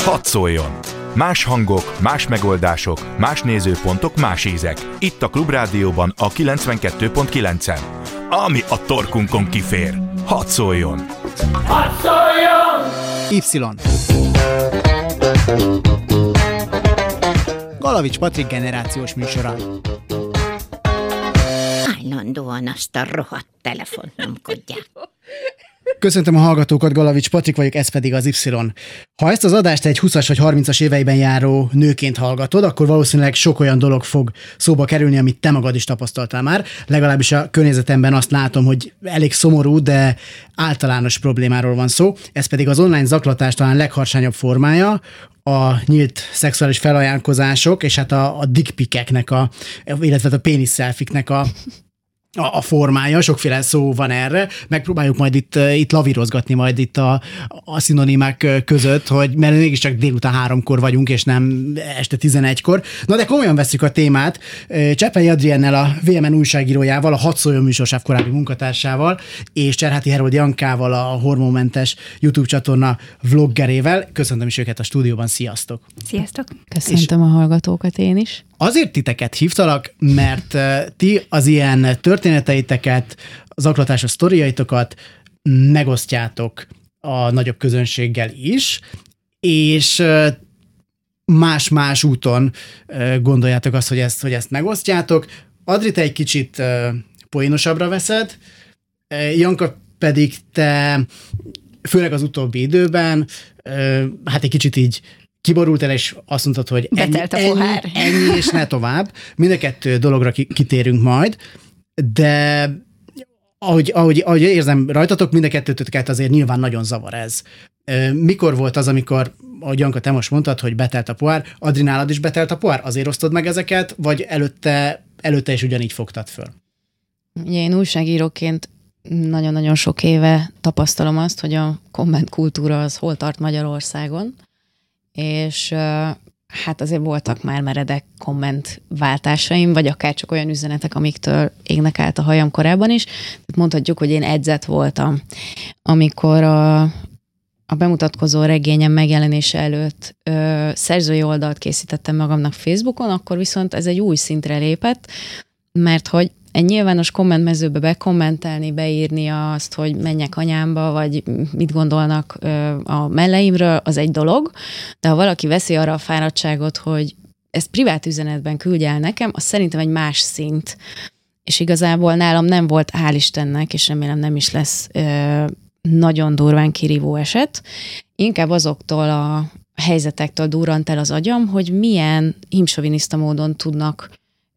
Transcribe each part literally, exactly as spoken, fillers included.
Hadd szóljon! Más hangok, más megoldások, más nézőpontok, más ízek. Itt a Klubrádióban a kilencvenkettő pont kilencen. Ami a torkunkon kifér. Hadd szóljon! Hadd szóljon! Y. Galavics Patrik generációs műsora. Állandóan azt a rohadt telefont nyomkodják. Köszöntöm a hallgatókat, Galavics Patrik vagyok, ez pedig az Y. Ha ezt az adást egy húszas vagy harmincas éveiben járó nőként hallgatod, akkor valószínűleg sok olyan dolog fog szóba kerülni, amit te magad is tapasztaltál már. Legalábbis a környezetemben azt látom, hogy elég szomorú, de általános problémáról van szó. Ez pedig az online zaklatás talán legharsányabb formája, a nyílt szexuális felajánlkozások, és hát a, a dickpikeknek, a, illetve a pénisz-szelfiknek a A, a formája, sokféle szó van erre, megpróbáljuk majd itt, itt lavírozgatni majd itt a, a szinonimák között, hogy mert mégiscsak délután háromkor vagyunk, és nem este tizenegykor. Na de komolyan veszük a témát. Cseppei Adriennel, a vé em en újságírójával, a Hadd szóljon műsorsáv korábbi munkatársával, és Cserháti Herold Jankával, a Hormonmentes YouTube csatorna vloggerével. Köszöntöm is őket a stúdióban, sziasztok! Sziasztok! Köszöntöm és a hallgatókat én is. Azért titeket hívtalak, mert ti az ilyen történeteiteket, zaklatásos sztoriaitokat megosztjátok a nagyobb közönséggel is, és más-más úton gondoljátok azt, hogy ezt, hogy ezt megosztjátok. Adri, te egy kicsit poénosabbra veszed, Janka pedig te, főleg az utóbbi időben, hát egy kicsit így kiborultál, és azt mondtad, hogy ennyi, ennyi, ennyi, és ne tovább. Mind a kettő dologra kitérünk majd, de ahogy, ahogy, ahogy érzem rajtatok, mind a kettőtöket azért nyilván nagyon zavar ez. Mikor volt az, amikor, ahogy Janka, te most mondtad, hogy betelt a pohár, Adri, nálad is betelt a pohár? Azért osztod meg ezeket, vagy előtte, előtte is ugyanígy fogtad föl? Ugye én újságíróként nagyon-nagyon sok éve tapasztalom azt, hogy a kommentkultúra az hol tart Magyarországon, és hát azért voltak már meredek kommentváltásaim, vagy akár csak olyan üzenetek, amiktől égnek állt a hajam korábban is. Tehát mondhatjuk, hogy én edzett voltam. Amikor a, a bemutatkozó regényem megjelenése előtt ö, szerzői oldalt készítettem magamnak Facebookon, akkor viszont ez egy új szintre lépett, mert hogy egy nyilvános kommentmezőbe bekommentelni, beírni azt, hogy menjek anyámba, vagy mit gondolnak a melleimről, az egy dolog, de ha valaki veszi arra a fáradtságot, hogy ezt privát üzenetben küldje el nekem, az szerintem egy más szint. És igazából nálam nem volt, hál' Istennek, és remélem nem is lesz nagyon durván kirívó eset. Inkább azoktól a helyzetektől durrant el az agyam, hogy milyen himsoviniszta módon tudnak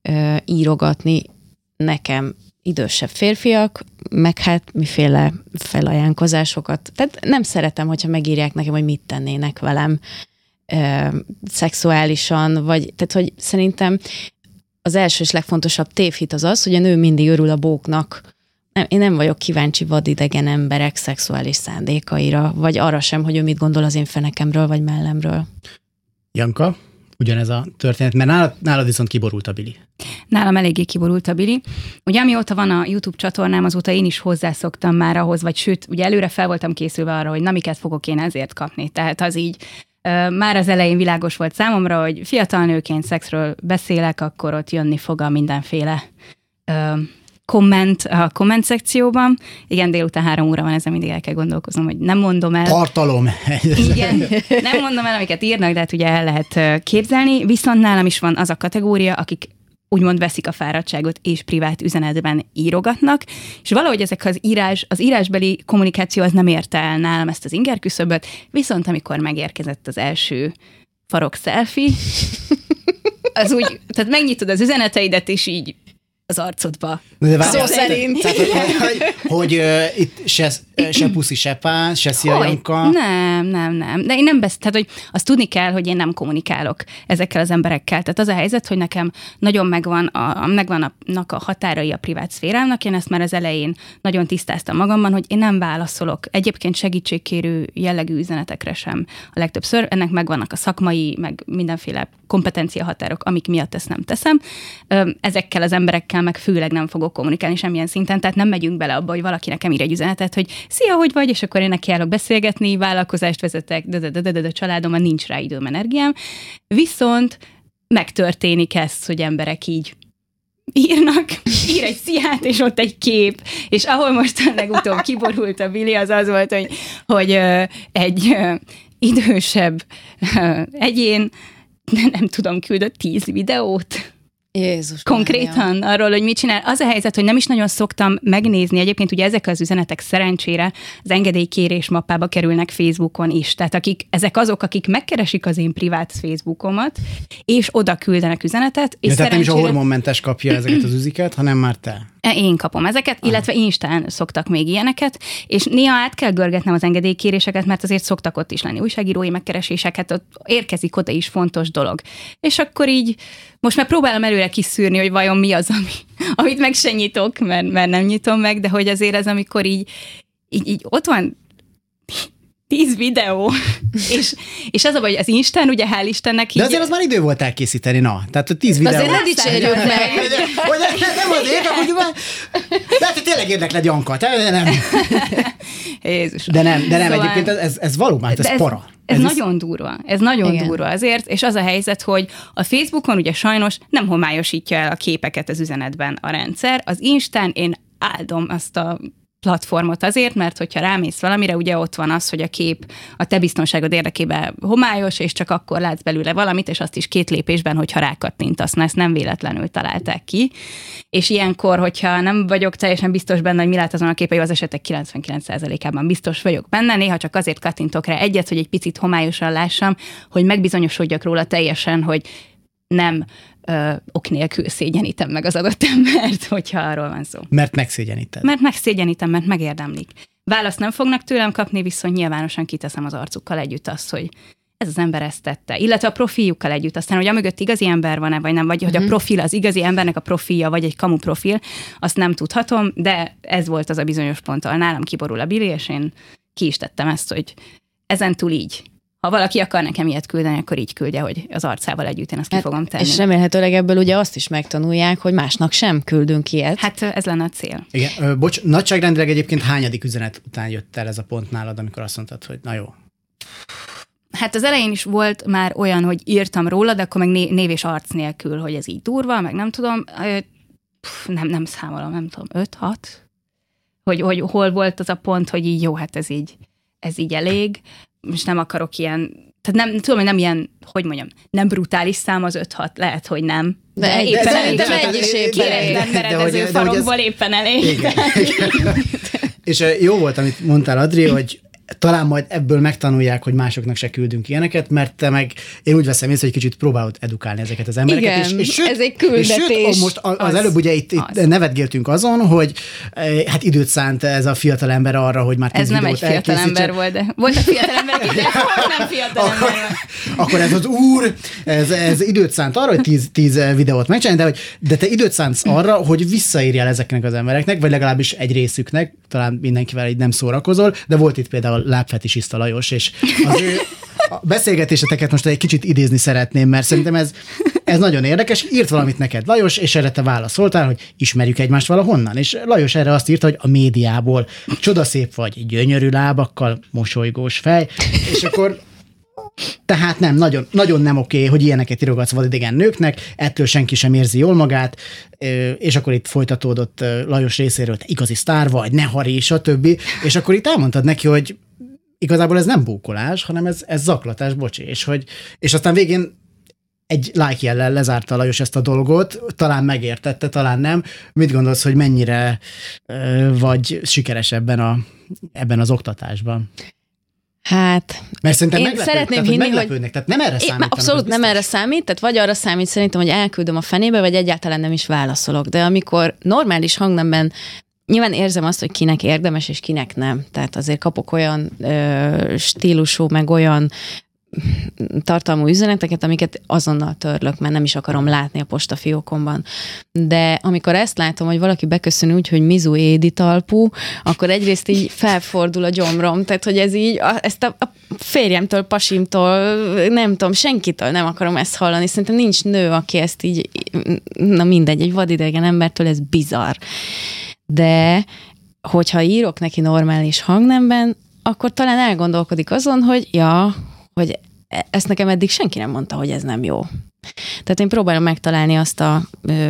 írogatni nekem idősebb férfiak, meg hát miféle felajánlkozásokat. Tehát nem szeretem, hogyha megírják nekem, hogy mit tennének velem ö, szexuálisan, vagy tehát, hogy szerintem az első és legfontosabb tévhit az az, hogy a nő mindig örül a bóknak. Nem, én nem vagyok kíváncsi vadidegen emberek szexuális szándékaira, vagy arra sem, hogy ő mit gondol az én fenekemről, vagy mellemről. Janka? Ugyanez a történet, mert nálad, nálad viszont kiborult a Bili. Nálam eléggé kiborult a Bili. Ugye amióta van a YouTube csatornám, azóta én is hozzászoktam már ahhoz, vagy sőt, ugye előre fel voltam készülve arra, hogy na miket fogok én ezért kapni. Tehát az így uh, már az elején világos volt számomra, hogy fiatal nőként szexről beszélek, akkor ott jönni fog a mindenféle uh, komment a komment szekcióban. Igen, délután három óra van, ezen mindig el kell gondolkoznom, hogy nem mondom el. Tartalom. Igen, nem mondom el, amiket írnak, de hát ugye el lehet képzelni. Viszont nálam is van az a kategória, akik úgymond veszik a fáradtságot, és privát üzenetben írogatnak, és valahogy ezek az írás, az írásbeli kommunikáció az nem érte el nálam ezt az ingerküszöböt, viszont amikor megérkezett az első farok selfie, az úgy, tehát megnyitod az üzeneteidet, és így az arcodba. Szó szerint. Tehát, hogy, hogy, hogy uh, itt se, se puszi, se pán, se szia, Janka. Nem, nem, nem. De én nem beszél, tehát, hogy azt tudni kell, hogy én nem kommunikálok ezekkel az emberekkel. Tehát az a helyzet, hogy nekem nagyon megvan a, megvannak a határai a privát szférámnak. Én ezt már az elején nagyon tisztáztam magamban, hogy én nem válaszolok egyébként segítségkérő jellegű üzenetekre sem a legtöbbször. Ennek megvannak a szakmai, meg mindenféle kompetencia határok, amik miatt ezt nem teszem. Ezekkel az emberekkel meg főleg nem fogok kommunikálni semmilyen szinten, tehát nem megyünk bele abba, hogy valaki nekem ír egy üzenetet, hogy szia, hogy vagy, és akkor én neki állok beszélgetni, vállalkozást vezetek, de, de, de, de, de családomban nincs rá időm, energiám. Viszont megtörténik ez, hogy emberek így írnak, ír egy sziát, és ott egy kép, és ahol most legutóbb kiborult a Billy, az az volt, hogy, hogy ö, egy ö, idősebb ö, egyén, nem tudom, küldött tíz videót. Jézus Konkrétan Mária. Arról, hogy mit csinál. Az a helyzet, hogy nem is nagyon szoktam megnézni. Egyébként ugye ezek az üzenetek szerencsére az engedélykérés mappába kerülnek Facebookon is. Tehát akik, ezek azok, akik megkeresik az én privát Facebookomat, és oda küldenek üzenetet. És ja, tehát nem is a szerencsére... hormonmentes kapja ezeket az üziket, hanem már te. Én kapom ezeket, ah. illetve Instán szoktak még ilyeneket, és néha át kell görgetnem az engedélykéréseket, mert azért szoktak ott is lenni újságírói megkereséseket, ott érkezik oda is fontos dolog. És akkor így most már próbálom előre kiszűrni, hogy vajon mi az, ami, amit meg se nyitok, mert, mert nem nyitom meg, de hogy azért ez, amikor így, így, így ott van tíz videó, és, és az a baj, hogy az Instán, ugye hál' Istennek... De azért az már idő volt elkészíteni, na. Tehát a tíz videó... Azért ne dicsérjük meg! Hogy nem azért, hogy már... De hát tényleg érdekled, Janka, te nem... Jézus. De nem, de nem, szóval... egyébként ez, ez valóban, ez, ez para. Ez, ez nagyon ez... durva, ez nagyon Igen. durva azért, és az a helyzet, hogy a Facebookon ugye sajnos nem homályosítja el a képeket az üzenetben a rendszer, az Instán én áldom azt a platformot azért, mert hogyha rámész valamire, ugye ott van az, hogy a kép a te biztonságod érdekében homályos, és csak akkor látsz belőle valamit, és azt is két lépésben, hogyha rákattintasz, na ezt nem véletlenül találták ki. És ilyenkor, hogyha nem vagyok teljesen biztos benne, hogy mi lát azon a képen, az esetek kilencvenkilenc százalékában biztos vagyok benne, néha csak azért kattintok rá egyet, hogy egy picit homályosan lássam, hogy megbizonyosodjak róla teljesen, hogy nem ö, ok nélkül szégyenítem meg az adott embert, hogyha arról van szó. Mert megszégyeníted. Mert megszégyenítem, mert megérdemlik. Választ nem fognak tőlem kapni, viszont nyilvánosan kiteszem az arcukkal együtt azt, hogy ez az ember ezt tette. Illetve a profiljukkal együtt. Aztán, hogy amögött igazi ember van-e, vagy nem, vagy hogy a profil az igazi embernek a profilja, vagy egy kamu profil, azt nem tudhatom, de ez volt az a bizonyos pont, ahol nálam kiborul a Billy, és én ki is tettem ezt, hogy ezentúl így. Ha valaki akar nekem ilyet küldeni, akkor így küldje, hogy az arcával együtt én azt hát, ki fogom tenni. És remélhetőleg ebből ugye azt is megtanulják, hogy másnak sem küldünk ilyet. Hát ez lenne a cél. Igen, ö, bocs, nagyságrendileg egyébként hányadik üzenet után jött el ez a pont nálad, amikor azt mondtad, hogy na jó. Hát az elején is volt már olyan, hogy írtam róla, de akkor meg né- név és arc nélkül, hogy ez így durva, meg nem tudom, Pff, nem, nem számolom, nem tudom, öt-hat? Hogy, hogy hol volt az a pont, hogy így jó, hát ez így, ez így elég. Most nem akarok ilyen, tehát nem, tudom, hogy nem ilyen, hogy mondjam, nem brutális szám az öt-hat, lehet, hogy nem. De, de éppen de, elég, de, de de mennyiségben nem meredező farokból ez... éppen elég. Igen. És jó volt, amit mondtál, Adri, hogy talán majd ebből megtanulják, hogy másoknak se küldünk ilyeneket, mert te meg, én úgy veszem észre, hogy kicsit próbálod edukálni ezeket az embereket. Igen, és, és sőt, ez egy küldetés. És sőt, most az, az előbb ugye itt, az. itt nevetgéltünk azon, hogy hát időt szánt ez a fiatal ember arra, hogy már tíz ez nem egy fiatal ember volt, de volt a fiatal ember, de nem fiatal ember. Akkor ez az úr, ez, ez időt szánt arra, hogy tíz, tíz videót megcsinálni, de, hogy, de te időt szánsz arra, hogy visszaírjál ezeknek az embereknek, vagy legalábbis egy részüknek, talán mindenkivel így nem szórakozol, de volt itt például lábfetisista Lajos, és az ő a beszélgetéseteket most egy kicsit idézni szeretném, mert szerintem ez, ez nagyon érdekes. Írt valamit neked Lajos, és erre te válaszoltál, hogy ismerjük egymást valahonnan. És Lajos erre azt írta, hogy a médiából csodaszép vagy, gyönyörű lábakkal, mosolygós fej, és akkor tehát nem, nagyon, nagyon nem oké, hogy ilyeneket írogatsz vadidegen nőknek, ettől senki sem érzi jól magát, és akkor itt folytatódott Lajos részéről, te igazi sztár vagy, ne harj, stb. És akkor itt elmondtad neki, hogy igazából ez nem bókolás, hanem ez, ez zaklatás, bocsi, és, hogy, és aztán végén egy like jellel lezárta Lajos ezt a dolgot, talán megértette, talán nem. Mit gondolsz, hogy mennyire vagy sikeres ebben, a, ebben az oktatásban? Hát, mert szerintem én meglepőd, szeretném tehát, hinni, hogy, hogy... Tehát nem erre számít. Abszolút nem erre számít, tehát vagy arra számít szerintem, hogy elküldöm a fenébe, vagy egyáltalán nem is válaszolok. De amikor normális hangnemben nyilván érzem azt, hogy kinek érdemes, és kinek nem. Tehát azért kapok olyan ö, stílusú, meg olyan tartalmú üzeneteket, amiket azonnal törlök, mert nem is akarom látni a postafiókomban. De amikor ezt látom, hogy valaki beköszön úgy, hogy Mizu Édit alpú, akkor egyrészt így felfordul a gyomrom, tehát hogy ez így, ezt a, a férjemtől, pasimtól, nem tudom, senkitől nem akarom ezt hallani. Szerintem nincs nő, aki ezt így, na mindegy, egy vadidegen embertől ez bizarr. De hogyha írok neki normális hangnemben, akkor talán elgondolkodik azon, hogy ja, hogy ezt nekem eddig senki nem mondta, hogy ez nem jó. Tehát én próbálom megtalálni azt a ö,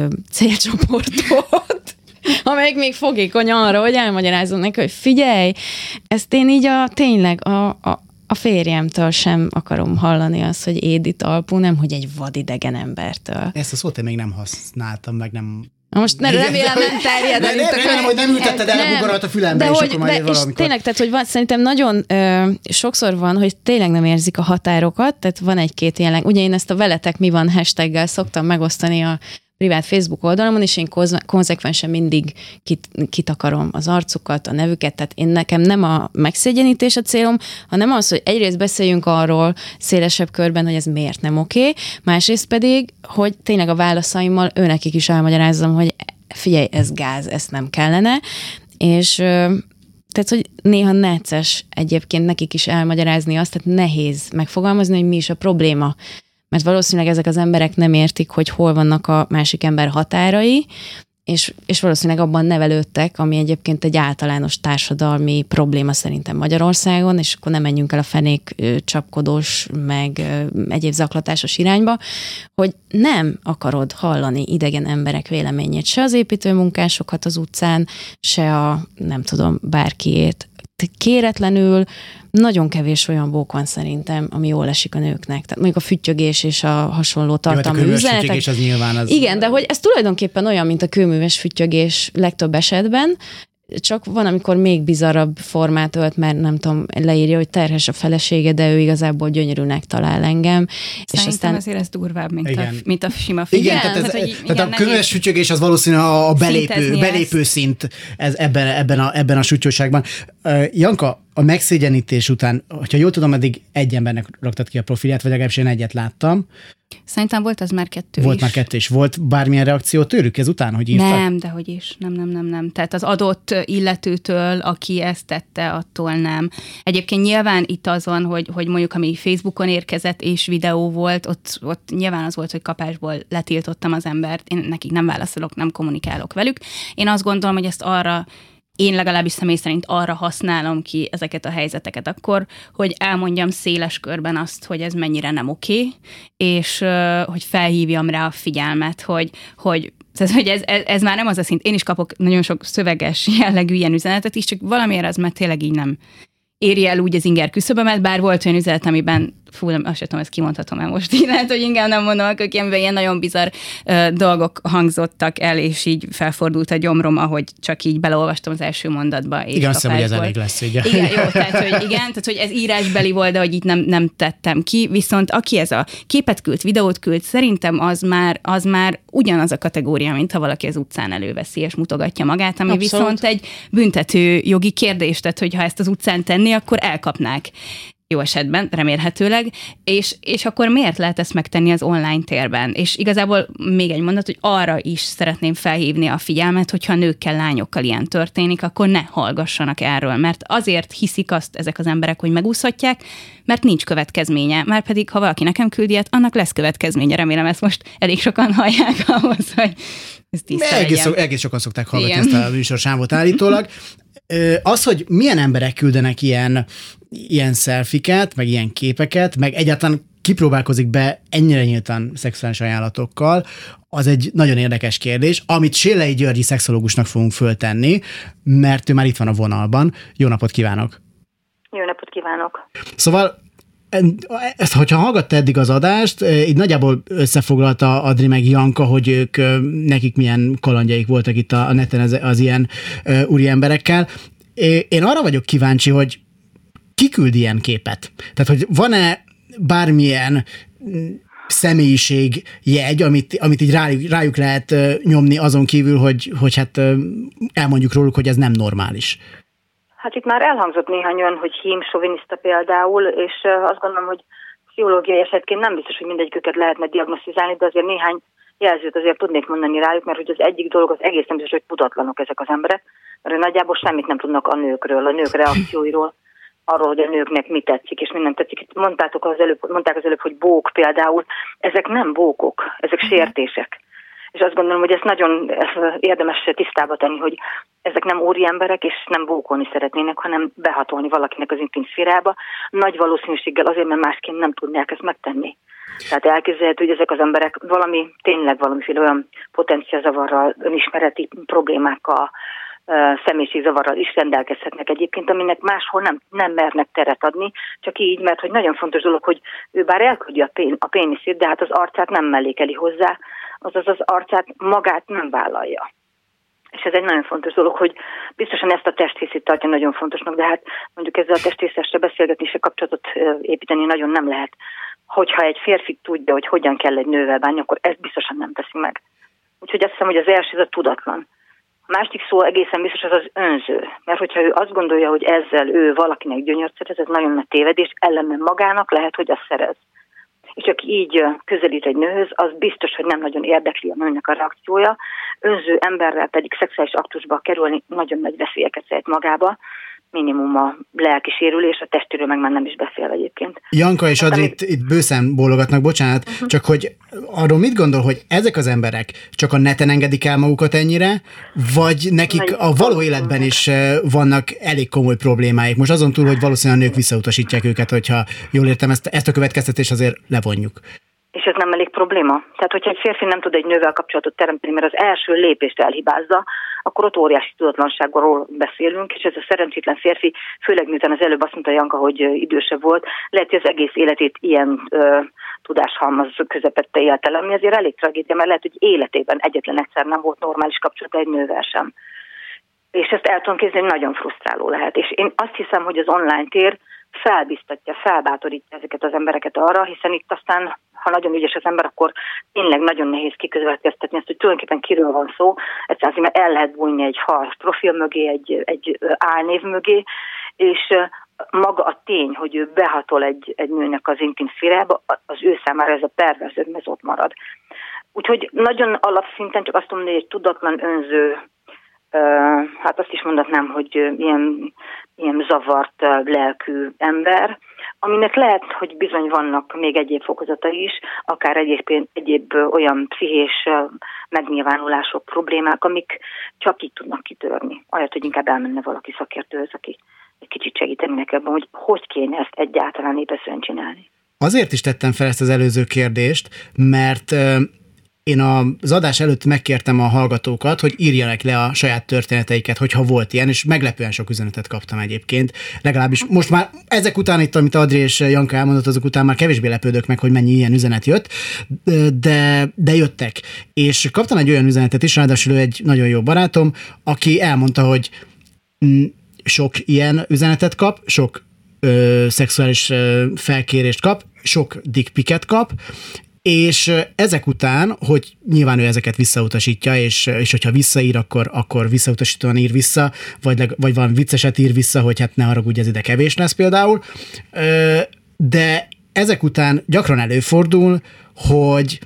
célcsoportot, amelyik még fogékony arra, hogy elmagyarázom neki, hogy figyelj, ezt én így a, tényleg a, a, a férjemtől sem akarom hallani azt, hogy Édit alpú, nem, hogy egy vadidegen embertől. Ezt a szót én még nem használtam, meg nem... Most ne, remélem nem terjed el itt a könyv. Nem, hogy nem ültetted el a bogarat a fülembe, de és hogy, akkor majd de, valamikor. És tényleg, tehát, hogy van, szerintem nagyon ö, sokszor van, hogy tényleg nem érzik a határokat, tehát van egy-két ilyen, ugye én ezt a veletek mi van hashtaggel szoktam megosztani a privát Facebook oldalamon, és én konzekvensen mindig kit, kitakarom az arcukat, a nevüket, tehát én nekem nem a megszégyenítés a célom, hanem az, hogy egyrészt beszéljünk arról szélesebb körben, hogy ez miért nem oké, másrészt pedig, hogy tényleg a válaszaimmal őnekik is elmagyarázzam, hogy figyelj, ez gáz, ezt nem kellene, és tehát, hogy néha necces egyébként nekik is elmagyarázni azt, tehát nehéz megfogalmazni, hogy mi is a probléma. Mert valószínűleg ezek az emberek nem értik, hogy hol vannak a másik ember határai, és, és valószínűleg abban nevelődtek, ami egyébként egy általános társadalmi probléma szerintem Magyarországon, és akkor nem menjünk el a fenék csapkodós, meg egyéb zaklatásos irányba, hogy nem akarod hallani idegen emberek véleményét, se az építőmunkásokat az utcán, se a, nem tudom, bárkiét. Kéretlenül nagyon kevés olyan bók van szerintem, ami jól esik a nőknek. Tehát mondjuk a füttyögés és a hasonló tartalmú Jó, üzenetek. füttyögés az nyilván az... Igen, de hogy ez tulajdonképpen olyan, mint a kőműves füttyögés legtöbb esetben, csak van, amikor még bizarrabb formát ölt, mert nem tudom, leírja, hogy terhes a felesége, de ő igazából gyönyörűnek talál engem. Szerintem és aztán azért ez durvább, mint, a, igen. mint a sima figyel. Igen, tehát, ez, tehát, hogy, tehát igen, a kőműves füttyögés az valószínűleg a, a belépő, belépő szint ez, ebben, ebben, a, ebben a süttyóságban. Uh, Janka, a megszégyenítés után, hogyha jól tudom, eddig egy embernek raktad ki a profilját, vagy legalábbis én egyet láttam. Szerintem volt az már kettő Volt is. már kettő is. Volt bármilyen reakció tőlük ezután, hogy írtak? Nem, dehogy is. Nem, nem, nem, nem. Tehát az adott illetőtől, aki ezt tette, attól nem. Egyébként nyilván itt az van, hogy, hogy mondjuk ami Facebookon érkezett és videó volt, ott, ott nyilván az volt, hogy kapásból letiltottam az embert. Én nekik nem válaszolok, nem kommunikálok velük. Én azt gondolom, hogy ezt arra én legalábbis személy szerint arra használom ki ezeket a helyzeteket akkor, hogy elmondjam széles körben azt, hogy ez mennyire nem oké, és uh, hogy felhívjam rá a figyelmet, hogy, hogy tehát, hogy ez, ez, ez már nem az a szint. Én is kapok nagyon sok szöveges jellegű ilyen üzenetet is, csak valamiért az már tényleg így nem éri el úgy az inger küszöbömet, bár volt olyan üzenet, amiben, fú, azt sem tudom, ezt kimondhatom el most, így lehet, hogy inkább nem mondom, akkor amiben ilyen nagyon bizarr uh, dolgok hangzottak el, és így felfordult a gyomrom, ahogy csak így beleolvastam az első mondatba. És igen, azt hiszem, hogy ez volt. elég lesz. Igen, igen jó, tehát hogy igen, tehát hogy ez írásbeli volt, de hogy itt nem, nem tettem ki, viszont aki ez a képet küld, videót küld, szerintem az már, az már ugyanaz a kategória, mint ha valaki az utcán előveszi és mutogatja magát, ami abszolút. Viszont egy büntető jogi kérdés, tehát hogyha ezt az utcán tenni, akkor elkapnák. Jó esetben, remélhetőleg, és, és akkor miért lehet ezt megtenni az online térben? És igazából még egy mondat, hogy arra is szeretném felhívni a figyelmet, hogyha nőkkel, lányokkal ilyen történik, akkor ne hallgassanak erről, mert azért hiszik azt ezek az emberek, hogy megúszhatják, mert nincs következménye. Márpedig, ha valaki nekem küldi ilyet, annak lesz következménye. Remélem ezt most elég sokan hallják ahhoz, hogy ez tiszta egész, legyen. egész sokan szokták hallgatni Igen. ezt a műsorsávot állítólag. Az, hogy milyen emberek küldenek ilyen, ilyen szelfiket, meg ilyen képeket, meg egyáltalán kipróbálkozik be ennyire nyíltan szexuális ajánlatokkal, az egy nagyon érdekes kérdés, amit Sélei Györgyi szexológusnak fogunk föltenni, mert ő már itt van a vonalban. Jó napot kívánok! Jó napot kívánok! Szóval ezt, hogyha hallgatta eddig az adást, így nagyjából összefoglalta Adri meg Janka, hogy ők, nekik milyen kalandjaik voltak itt a neten az, az ilyen úri emberekkel. Én arra vagyok kíváncsi, hogy ki küld ilyen képet? Tehát, hogy van-e bármilyen személyiségjegy, amit, amit így rájuk, rájuk lehet nyomni azon kívül, hogy, hogy hát elmondjuk róluk, hogy ez nem normális? Hát itt már elhangzott néhány olyan, hogy hím, soviniszta például, és azt gondolom, hogy pszichológiai esetként nem biztos, hogy mindegyiküket lehetne diagnosztizálni, de azért néhány jelzőt azért tudnék mondani rájuk, mert hogy az egyik dolog az egészen biztos, hogy tudatlanok ezek az emberek, mert nagyjából semmit nem tudnak a nőkről, a nők reakcióiról, arról, hogy a nőknek mi tetszik, és mi nem tetszik. Itt mondtátok az előbb, mondták az előbb, hogy bók például. Ezek nem bókok, ezek sértések. És azt gondolom, hogy ezt nagyon érdemes tisztába tenni, hogy ezek nem úriemberek, és nem bókolni szeretnének, hanem behatolni valakinek az intim szférába. Nagy valószínűséggel azért, mert másként nem tudnák ezt megtenni. Tehát elképzelhető, hogy ezek az emberek valami, tényleg valamiféle olyan potenciálzavarral, önismereti problémákkal, személyiségzavarral is rendelkezhetnek egyébként, aminek máshol nem, nem mernek teret adni, csak így, mert hogy nagyon fontos dolog, hogy ő bár elküldi a, pén, a péniszét, de hát az arcát nem mellékeli hozzá, azaz az arcát magát nem vállalja. És ez egy nagyon fontos dolog, hogy biztosan ezt a testrészét tartja nagyon fontosnak, de hát mondjuk ezzel a testrészesre beszélgetni és a kapcsolatot építeni nagyon nem lehet. Hogyha egy férfi tudja, hogy hogyan kell egy nővel bánni, akkor ezt biztosan nem teszi meg. Úgyhogy azt hiszem, hogy az első az a tudatlan. A másik szó egészen biztos az az önző, mert hogyha ő azt gondolja, hogy ezzel ő valakinek gyönyört szerez, ez nagyon nagy tévedés, ellenben magának lehet, hogy azt szerez. És aki így közelít egy nőhöz, az biztos, hogy nem nagyon érdekli a nőnek a reakciója, önző emberrel pedig szexuális aktusba kerülni nagyon nagy veszélyeket szed magába, minimum a lelki sérülés, a testiről meg már nem is beszél egyébként. Janka és Adri itt, itt bőszen bólogatnak, bocsánat, uh-huh. csak hogy arról mit gondol, hogy ezek az emberek csak a neten engedik el magukat ennyire, vagy nekik Nagy a való életben is vannak elég komoly problémáik? Most azon túl, hogy valószínűleg a nők visszautasítják őket, hogyha jól értem, ezt, ezt a következtetést azért levonjuk. És ez nem elég probléma. Tehát, hogyha egy férfi nem tud egy nővel kapcsolatot teremteni, mert az első lépést elhibázza, akkor ott óriási tudatlanságról beszélünk, és ez a szerencsétlen férfi, főleg miután az előbb azt mondta Janka, hogy idősebb volt, lehet, hogy az egész életét ilyen ö, tudáshalmaz közepette élte le, ami azért elég tragédia, mert lehet, hogy életében egyetlen egyszer nem volt normális kapcsolata egy nővel sem. És ezt el tudom képzelni, nagyon frusztráló lehet. És én azt hiszem, hogy az online tér felbiztatja, felbátorítja ezeket az embereket arra, hiszen itt aztán, ha nagyon ügyes az ember, akkor tényleg nagyon nehéz kiközvetkeztetni ezt, hogy tulajdonképpen kiről van szó. Egyszerűen mert el lehet bújni egy fals profil mögé, egy, egy álnév mögé, és maga a tény, hogy ő behatol egy, egy nőnek az intim szférába, az ő számára ez a perverz ödmez ott marad. Úgyhogy nagyon alapszinten csak azt mondom, hogy egy tudatlan önző, hát azt is mondhatnám, hogy ilyen, ilyen zavart lelkű ember, aminek lehet, hogy bizony vannak még egyéb fokozatai is, akár egyéb, egyéb olyan pszichés megnyilvánulások, problémák, amik csak így tudnak kitörni. Ahelyett, hogy inkább elmenne valaki szakértőhöz, aki egy kicsit segíteni nekem, hogy hogy kéne ezt egyáltalán épeszűen csinálni. Azért is tettem fel ezt az előző kérdést, mert én az adás előtt megkértem a hallgatókat, hogy írjanak le a saját történeteiket, hogyha volt ilyen, és meglepően sok üzenetet kaptam egyébként. Legalábbis most már ezek után, itt, amit Adri és Janka elmondott, azok után már kevésbé lepődök meg, hogy mennyi ilyen üzenet jött, de, de jöttek. És kaptam egy olyan üzenetet is, ráadásul egy nagyon jó barátom, aki elmondta, hogy sok ilyen üzenetet kap, sok ö, szexuális ö, felkérést kap, sok dickpiket kap, és ezek után, hogy nyilván ő ezeket visszautasítja, és, és hogyha visszaír, akkor, akkor visszautasítóan ír vissza, vagy, vagy valami vicceset ír vissza, hogy hát ne haragudj, ez ide kevés lesz például. De ezek után gyakran előfordul, hogy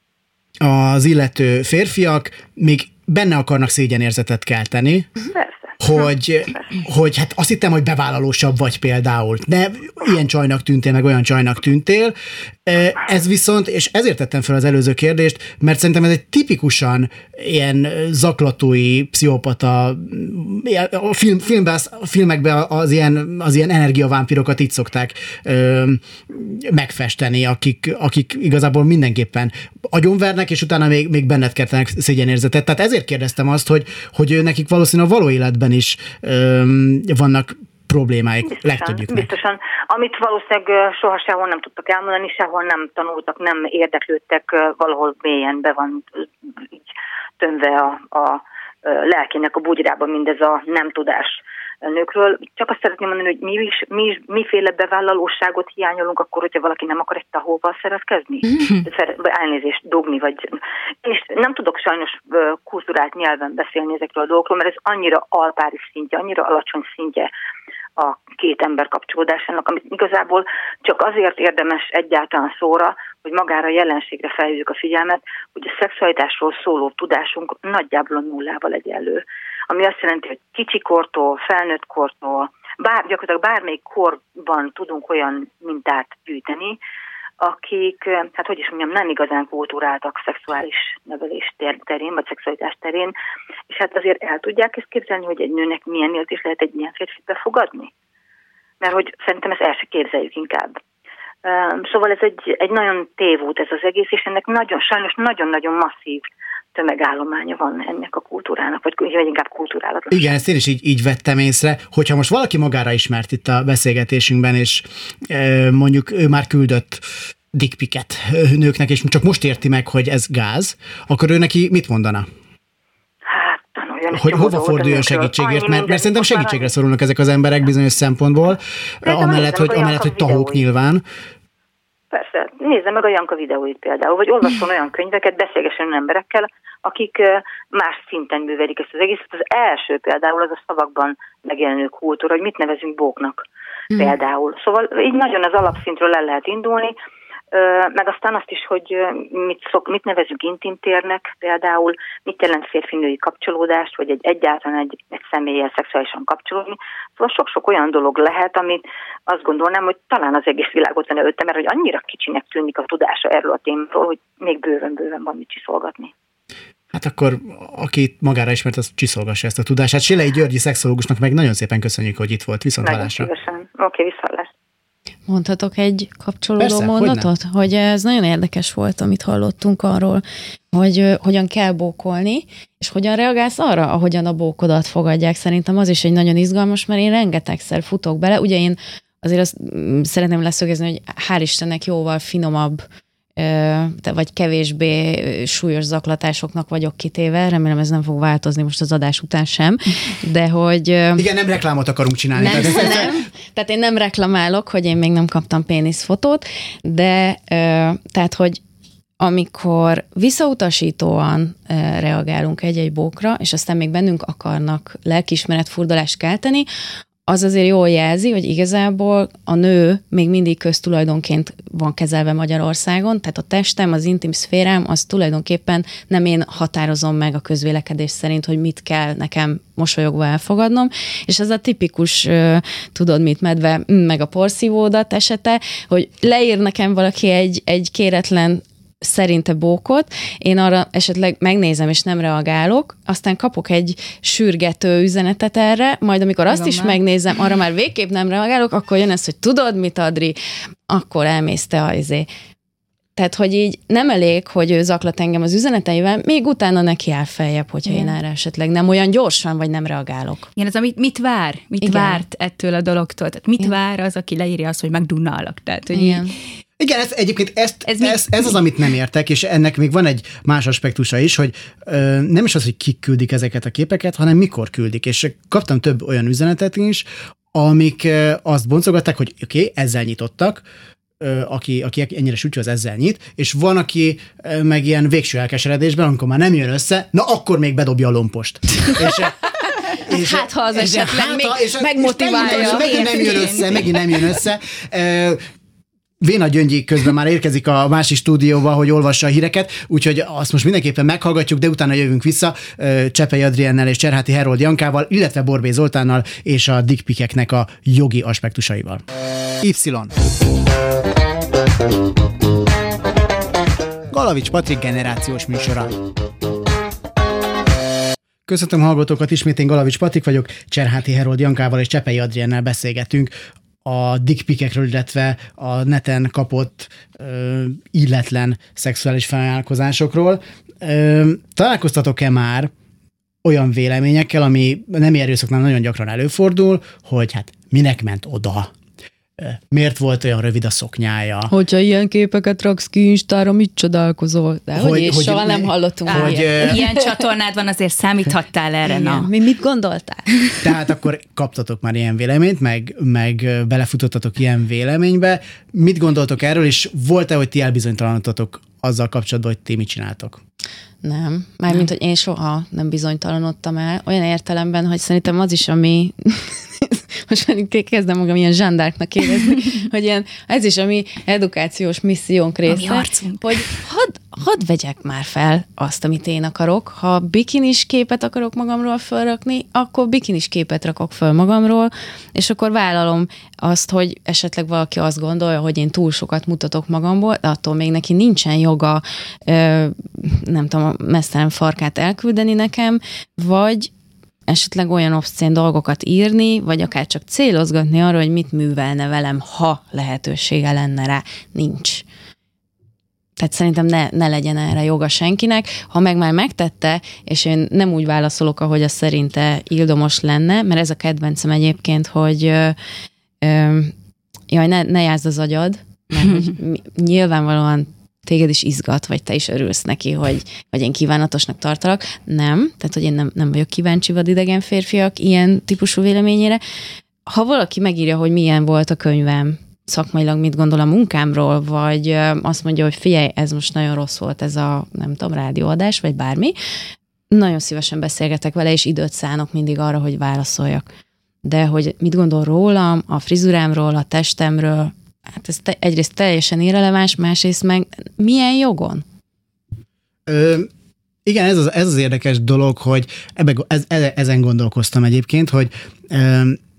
az illető férfiak még benne akarnak szégyenérzetet kelteni, hogy, hogy hát azt hittem, hogy bevállalósabb vagy például. Ne ilyen csajnak tűntél, meg olyan csajnak tűntél. Ez viszont, és ezért tettem fel az előző kérdést, mert szerintem ez egy tipikusan ilyen zaklatói, pszichopata, a, film, filmben, a filmekben az ilyen, az ilyen energiavámpirokat így szokták ö, megfesteni, akik, akik igazából mindenképpen agyonvernek, és utána még, még benned kertenek szégyenérzetet. Tehát ezért kérdeztem azt, hogy, hogy nekik valószínűleg a való életben is ö, vannak problémáik, biztosan, legtöbbjüknek. Biztosan. Amit valószínűleg soha sehol nem tudtak elmondani, sehol nem tanultak, nem érdeklődtek, valahol mélyen be van így tömve a, a lelkének a bugyrába mindez a nem tudás nőkről. Csak azt szeretném mondani, hogy mi is, mi is miféle bevállalóságot hiányolunk akkor, hogyha valaki nem akar egy tahóval szeretkezni, elnézést dugni, vagy... És nem tudok sajnos kulturált nyelven beszélni ezekről a dolgokról, mert ez annyira alpári szintje, annyira alacsony szintje a két ember kapcsolódásának, amit igazából csak azért érdemes egyáltalán szóra, hogy magára a jelenségre felhívjuk a figyelmet, hogy a szexualitásról szóló tudásunk nagyjából a nullával egyenlő. Ami azt jelenti, hogy kicsikortól, felnőttkortól, bár, gyakorlatilag bármelyik korban tudunk olyan mintát gyűjteni, akik, hát hogy is mondjam, nem igazán kultúráltak szexuális nevelés terén, vagy szexualitás terén, és hát azért el tudják ezt képzelni, hogy egy nőnek milyen érzés lehet egy ilyen férfit befogadni? Mert hogy szerintem ezt el se képzeljük inkább. Szóval ez egy, egy nagyon tévút ez az egész, és ennek nagyon, sajnos nagyon-nagyon masszív tömegállománya van ennek a kultúrának, vagy inkább kultúrálatlan. Igen, ezt én is így, így vettem észre, hogyha most valaki magára ismert itt a beszélgetésünkben, és e, mondjuk ő már küldött dickpiket nőknek, és csak most érti meg, hogy ez gáz, akkor ő neki mit mondana? Hát, tanuljon. Hogy hova forduljon segítségért, mert, mert szerintem segítségre szorulnak ezek az emberek bizonyos szempontból, amellett, hogy, amellett, hogy tahók nyilván. Persze, nézze meg a Janka videóit például, vagy olvasson olyan könyveket, beszélgessen emberekkel, akik más szinten művelik ezt az egészet. Az első például az a szavakban megjelenő kultúra, hogy mit nevezünk bóknak mm. például. Szóval így nagyon az alapszintről el lehet indulni, meg aztán azt is, hogy mit, szok, mit nevezünk intim térnek például, mit jelent férfi-női kapcsolódást, vagy egy egyáltalán egy, egy személlyel szexuálisan kapcsolódni. Szóval sok-sok olyan dolog lehet, amit azt gondolnám, hogy talán az egész világot van előtte, mert hogy annyira kicsinek tűnik a tudása erről a témáról, hogy még bőven-bőven van mit csiszolgatni. Hát akkor, aki magára ismert, az csiszolgassa ezt a tudását. Sélei Györgyi szexológusnak meg nagyon szépen köszönjük, hogy itt volt. Viszonthallásra. Nagyon szívesen. Oké, okay, viszonthallásra. Mondhatok egy kapcsolódó Persze, mondatot? Hogy ez nagyon érdekes volt, amit hallottunk arról, hogy uh, hogyan kell bókolni, és hogyan reagálsz arra, ahogyan a bókodat fogadják. Szerintem az is egy nagyon izgalmas, mert én rengetegszer futok bele. Ugye én azért azt szeretném leszögezni, hogy hál' Istennek jóval finomabb, uh, vagy kevésbé súlyos zaklatásoknak vagyok kitéve. Remélem ez nem fog változni most az adás után sem, de hogy... Uh, Igen, nem reklámot akarunk csinálni. Nem, tehát, nem. Tehát én nem reklamálok, hogy én még nem kaptam péniszfotót, de uh, tehát, hogy amikor visszautasítóan uh, reagálunk egy-egy bókra, és aztán még bennünk akarnak lelkiismeretfurdalást kelteni, az azért jól jelzi, hogy igazából a nő még mindig köztulajdonként van kezelve Magyarországon, tehát a testem, az intim szférám, az tulajdonképpen nem én határozom meg a közvélekedés szerint, hogy mit kell nekem mosolyogva elfogadnom, és ez a tipikus, tudod mit, medve, meg a porszívódat esete, hogy leír nekem valaki egy, egy kéretlen szerinte bókot, én arra esetleg megnézem és nem reagálok, aztán kapok egy sürgető üzenetet erre, majd amikor azt is megnézem, arra már végképp nem reagálok, akkor jön ez, hogy tudod mit, Adri, akkor elmész te ajzé. Tehát, hogy így nem elég, hogy ő zaklat engem az üzeneteivel, még utána neki áll feljebb, hogyha igen. én erre esetleg nem olyan gyorsan, vagy nem reagálok. Igen, ez amit mit vár? Mit igen. várt ettől a dologtól? Tehát mit igen. vár az, aki leírja azt, hogy megdunnálok? Tehát, hogy igen. Így... Igen, ez, egyébként ezt, ez, ez, ez az, amit nem értek, és ennek még van egy más aspektusa is, hogy ö, nem is az, hogy kik küldik ezeket a képeket, hanem mikor küldik. És kaptam több olyan üzenetet is, amik ö, azt boncogatták, hogy oké, okay, ezzel nyitottak, ö, aki, aki ennyire sütő, az ezzel nyit, és van, aki ö, meg ilyen végső elkeseredésben, amikor már nem jön össze, na akkor még bedobja a lompost. és, és, hát, ha az esetleg hát, még és, megmotiválja. És megint nem jön össze, megint nem jön össze. Ö, Véna Gyöngyi közben már érkezik a másik stúdióba, hogy olvassa a híreket, úgyhogy azt most mindenképpen meghallgatjuk, de utána jövünk vissza Csepei Adriennel és Cserháti Herold Jankával, illetve Borbély Zoltánnal és a dickpikeknek a jogi aspektusaival. Y. Galavics Patrik generációs műsora. Köszöntöm a hallgatókat, ismét én Galavics Patrik vagyok, Cserháti Herold Jankával és Csepei Adriennel beszélgetünk a dickpikekről, illetve a neten kapott ö, illetlen szexuális felajánlkozásokról. Ö, találkoztatok-e már olyan véleményekkel, ami nem erőszaknál nagyon gyakran előfordul, hogy hát minek ment oda? Miért volt olyan rövid a szoknyája? Hogyha ilyen képeket raksz ki Instára, mit csodálkozol? De hogy, hogy és hogy, soha nem hallottunk. Á, hogy, ilyen. ilyen csatornád van, azért számíthattál erre. Na. Mi mit gondoltál? Tehát akkor kaptatok már ilyen véleményt, meg, meg belefutottatok ilyen véleménybe. Mit gondoltok erről, és volt-e, hogy ti elbizonytalanodtatok azzal kapcsolatban, hogy ti mit csináltok? Nem. Mármint, hogy én soha nem bizonytalanodtam el. Olyan értelemben, hogy szerintem az is, ami most pedig kezdem magam ilyen zsandárknak érezni, hogy ilyen, ez is a mi edukációs missziónk része, hogy hadd had vegyek már fel azt, amit én akarok. Ha bikinis képet akarok magamról felrakni, akkor bikinis képet rakok föl magamról, és akkor vállalom azt, hogy esetleg valaki azt gondolja, hogy én túl sokat mutatok magamból, de attól még neki nincsen joga, nem tudom, a mesztelen farkát elküldeni nekem, vagy esetleg olyan obszcén dolgokat írni, vagy akár csak célozgatni arra, hogy mit művelne velem, ha lehetősége lenne rá. Nincs. Tehát szerintem ne, ne legyen erre joga senkinek. Ha meg már megtette, és én nem úgy válaszolok, ahogy az szerinte ildomos lenne, mert ez a kedvencem egyébként, hogy ö, ö, jaj, ne, ne jázd az agyad, mert hogy nyilvánvalóan téged is izgat, vagy te is örülsz neki, hogy, hogy én kívánatosnak tartalak. Nem, tehát hogy én nem, nem vagyok kíváncsi vadidegen férfiak ilyen típusú véleményére. Ha valaki megírja, hogy milyen volt a könyvem, szakmailag mit gondol a munkámról, vagy azt mondja, hogy figyelj, ez most nagyon rossz volt ez a, nem tudom, rádióadás, vagy bármi, nagyon szívesen beszélgetek vele, és időt szánok mindig arra, hogy válaszoljak. De hogy mit gondol rólam, a frizurámról, a testemről, hát ez te, egyrészt teljesen irreleváns, másrészt meg milyen jogon? Ö, igen, ez az, ez az érdekes dolog, hogy ebbe, ez, ezen gondolkoztam egyébként, hogy ö,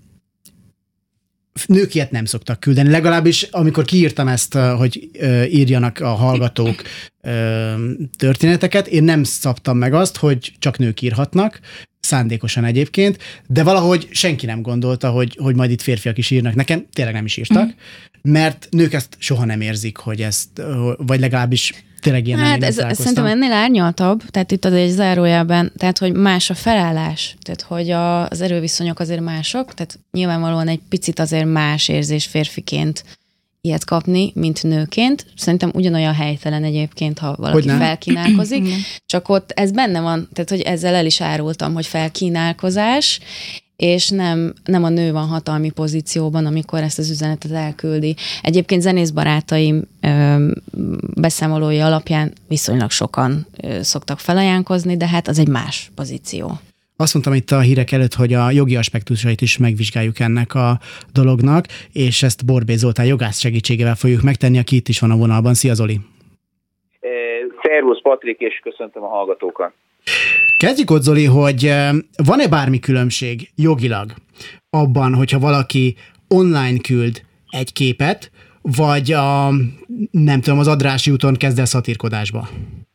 nők ilyet nem szoktak küldeni. Legalábbis, amikor kiírtam ezt, hogy írjanak a hallgatók történeteket, én nem szabtam meg azt, hogy csak nők írhatnak, szándékosan egyébként, de valahogy senki nem gondolta, hogy, hogy majd itt férfiak is írnak. Nekem tényleg nem is írtak, mert nők ezt soha nem érzik, hogy ezt, vagy legalábbis tényleg ilyen hát ez, ez szerintem ennél árnyaltabb, tehát itt az egy zárójelben, tehát hogy más a felállás, tehát hogy a, az erőviszonyok azért mások, tehát nyilvánvalóan egy picit azért más érzés férfiként ilyet kapni, mint nőként. Szerintem ugyanolyan helytelen egyébként, ha valaki felkínálkozik, csak ott ez benne van, tehát hogy ezzel el is árultam, hogy felkínálkozás, és nem, nem a nő van hatalmi pozícióban, amikor ezt az üzenetet elküldi. Egyébként zenészbarátaim ö, beszámolói alapján viszonylag sokan ö, szoktak felajánlkozni, de hát az egy más pozíció. Azt mondtam itt a hírek előtt, hogy a jogi aspektusait is megvizsgáljuk ennek a dolognak, és ezt Borbély Zoltán jogász segítségével fogjuk megtenni, aki itt is van a vonalban. Szia, Zoli! Szervusz, Patrik, és köszöntöm a hallgatókat! Kezdjük ott, Zoli, hogy van-e bármi különbség jogilag abban, hogyha valaki online küld egy képet, vagy a, nem tudom, az Andrássy úton kezd el szatírkodásba?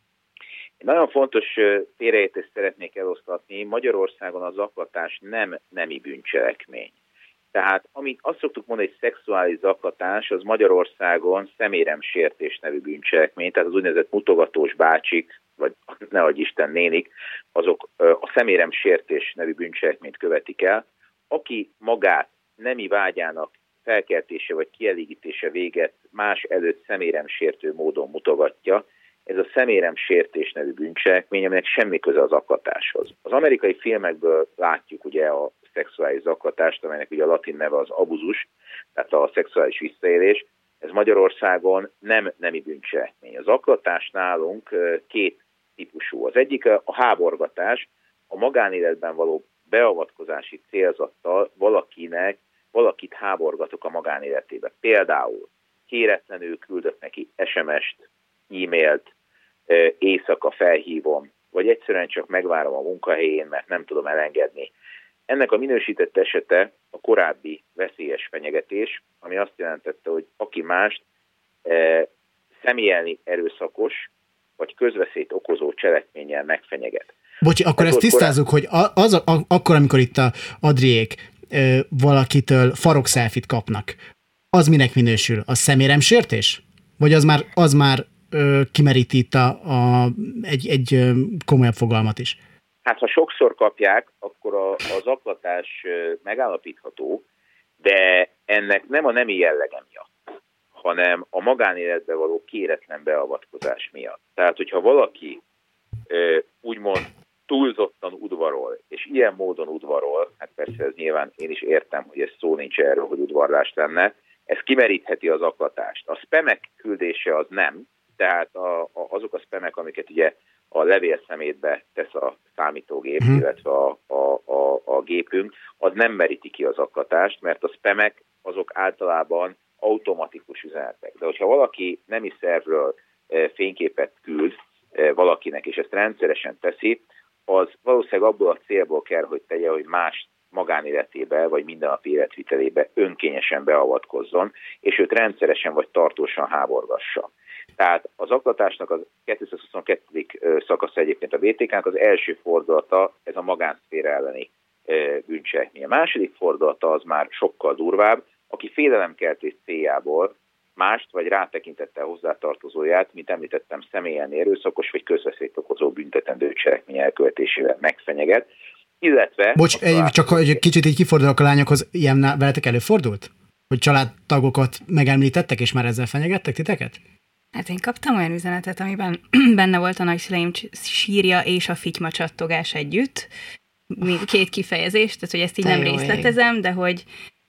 Nagyon fontos félreértést szeretnék elosztatni. Magyarországon a zaklatás nem nemi bűncselekmény. Tehát amit azt szoktuk mondani, hogy szexuális zaklatás, az Magyarországon szeméremsértés nevű bűncselekmény, tehát az úgynevezett mutogatós bácsik, vagy ne adj Isten nénik, azok a szeméremsértés nevű bűncselekményt követik el. Aki magát nemi vágyának felkeltése vagy kielégítése véget más előtt szeméremsértő módon mutogatja, ez a szeméremsértés nevű bűncselekmény, aminek semmi köze az zaklatáshoz. Az amerikai filmekből látjuk ugye a szexuális zaklatást, amelynek ugye a latin neve az abuzus, tehát a szexuális visszaélés. Ez Magyarországon nem nemi bűncselekmény. A zaklatás nálunk két típusú. Az egyik a háborgatás, a magánéletben való beavatkozási célzattal valakinek, valakit háborgatok a magánéletébe. Például kéretlenül küldök neki es em est, e-mailt, éjszaka felhívom, vagy egyszerűen csak megvárom a munkahelyén, mert nem tudom elengedni. Ennek a minősített esete a korábbi veszélyes fenyegetés, ami azt jelentette, hogy aki mást e, személyelni erőszakos, vagy közveszélyt okozó cselekménnyel megfenyeget. Bocsi, akkor ezt tisztázzuk, hogy az, a, akkor, amikor itt a Adriék ö, valakitől farok-szelfit kapnak, az minek minősül? Az szeméremsértés? Vagy az már, az már ö, kimeríti itt a, a, egy, egy ö, komolyabb fogalmat is? Hát, ha sokszor kapják, akkor a, a zaklatás megállapítható, de ennek nem a nemi jellege miatt, hanem a magánéletbe való kéretlen beavatkozás miatt. Tehát, hogyha valaki úgymond túlzottan udvarol, és ilyen módon udvarol, hát persze ez nyilván én is értem, hogy ez szó nincs erről, hogy udvarlás lenne, ez kimerítheti az zaklatást. A spamek küldése az nem, tehát a, a, azok a spamek, amiket ugye a levélszemétbe tesz a számítógép, uh-huh. illetve a, a, a, a gépünk, az nem meríti ki az zakkatást, mert a spamek azok általában automatikus üzenetek. De hogyha valaki nemi szervről fényképet küld valakinek, és ezt rendszeresen teszi, az valószínűleg abból a célból kell, hogy tegye, hogy más magánéletébe, vagy mindennapi életvitelébe önkényesen beavatkozzon, és őt rendszeresen vagy tartósan háborgassa. Tehát az zaklatásnak az kétszázhuszonkettő szakasz egyébként a bé té ká-nak az első fordulata, ez a magánszféra elleni bűncselekmény. A második fordulata az már sokkal durvább, aki félelemkeltés céljából mást vagy rátekintettel hozzátartozóját, mint említettem, személyen erőszakos vagy közveszélyt okozó büntetendő cselekmény elkövetésével megfenyeget, illetve... Bocs, csak egy kicsit így kifordulok a lányokhoz, ilyen veletek előfordult? Hogy családtagokat megemlítettek, és már ezzel fenyegettek titeket? Hát én kaptam olyan üzenetet, amiben benne volt a nagyszüleim sírja és a fityma csattogás együtt. Két kifejezés, tehát hogy ezt így Te nem részletezem, ég. De hogy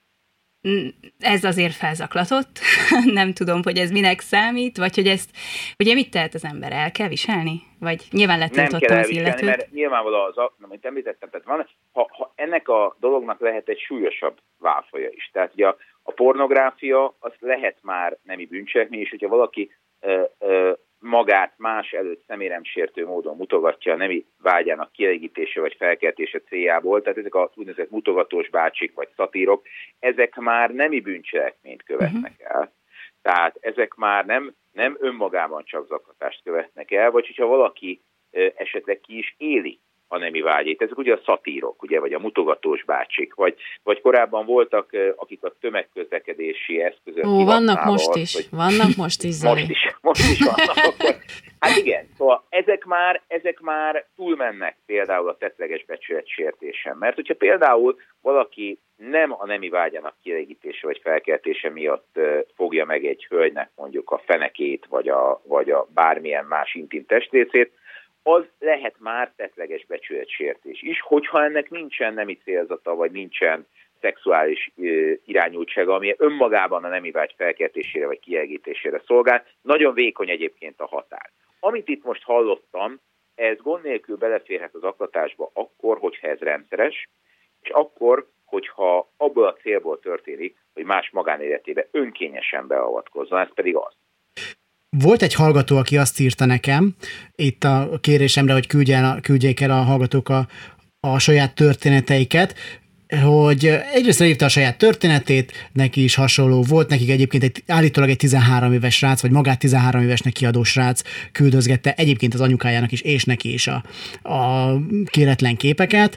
ez azért felzaklatott. Nem tudom, hogy ez minek számít, vagy hogy ezt, ugye mit tehet az ember? El kell viselni? Vagy nyilván letiltottam az illetőt? Mert nyilvánvalóan, az, amit említettem, tehát van, ha, ha ennek a dolognak lehet egy súlyosabb válfaja is. Tehát ugye a, a pornográfia, az lehet már nemi bűncselekmény, és hogyha valaki ö, ö, magát más előtt szeméremsértő módon mutogatja a nemi vágyának kielégítése vagy felkeltése céljából, tehát ezek az úgynevezett mutogatós bácsik vagy szatírok, ezek már nemi bűncselekményt követnek el. Tehát ezek már nem, nem önmagában csak zaklatást követnek el, vagy hogyha valaki ö, esetleg ki is éli a nemi vágyét. Ezek ugye a szatírok, ugye, vagy a mutogatós bácsik, vagy, vagy korábban voltak, akik a tömegközlekedési eszközök. Ó, vannak most is, vagy... vannak most is, Zoli. Most is, most is vannak. Hát igen, szóval ezek már, ezek már túlmennek például a tettleges becsületsértésen. Mert hogyha például valaki nem a nemi vágyának kielégítése vagy felkeltése miatt fogja meg egy hölgynek mondjuk a fenekét, vagy a, vagy a bármilyen más intim testrészét, az lehet már tettleges becsületsértés is, hogyha ennek nincsen nemi célzata, vagy nincsen szexuális ö, irányultsága, ami önmagában a nemi vágy felkeltésére vagy kielégítésére szolgál. Nagyon vékony egyébként a határ. Amit itt most hallottam, ez gond nélkül beleférhet az zaklatásba akkor, hogyha ez rendszeres, és akkor, hogyha abból a célból történik, hogy más magánéletébe önkényesen beavatkozzon, ez pedig az. Volt egy hallgató, aki azt írta nekem, itt a kérésemre, hogy küldjen, küldjék el a hallgatók a, a saját történeteiket, hogy egyrészt leírta a saját történetét, neki is hasonló volt, nekik egyébként egy, állítólag egy tizenhárom éves srác, vagy magát tizenhárom évesnek kiadó srác küldözgette egyébként az anyukájának is, és neki is a, a kéretlen képeket,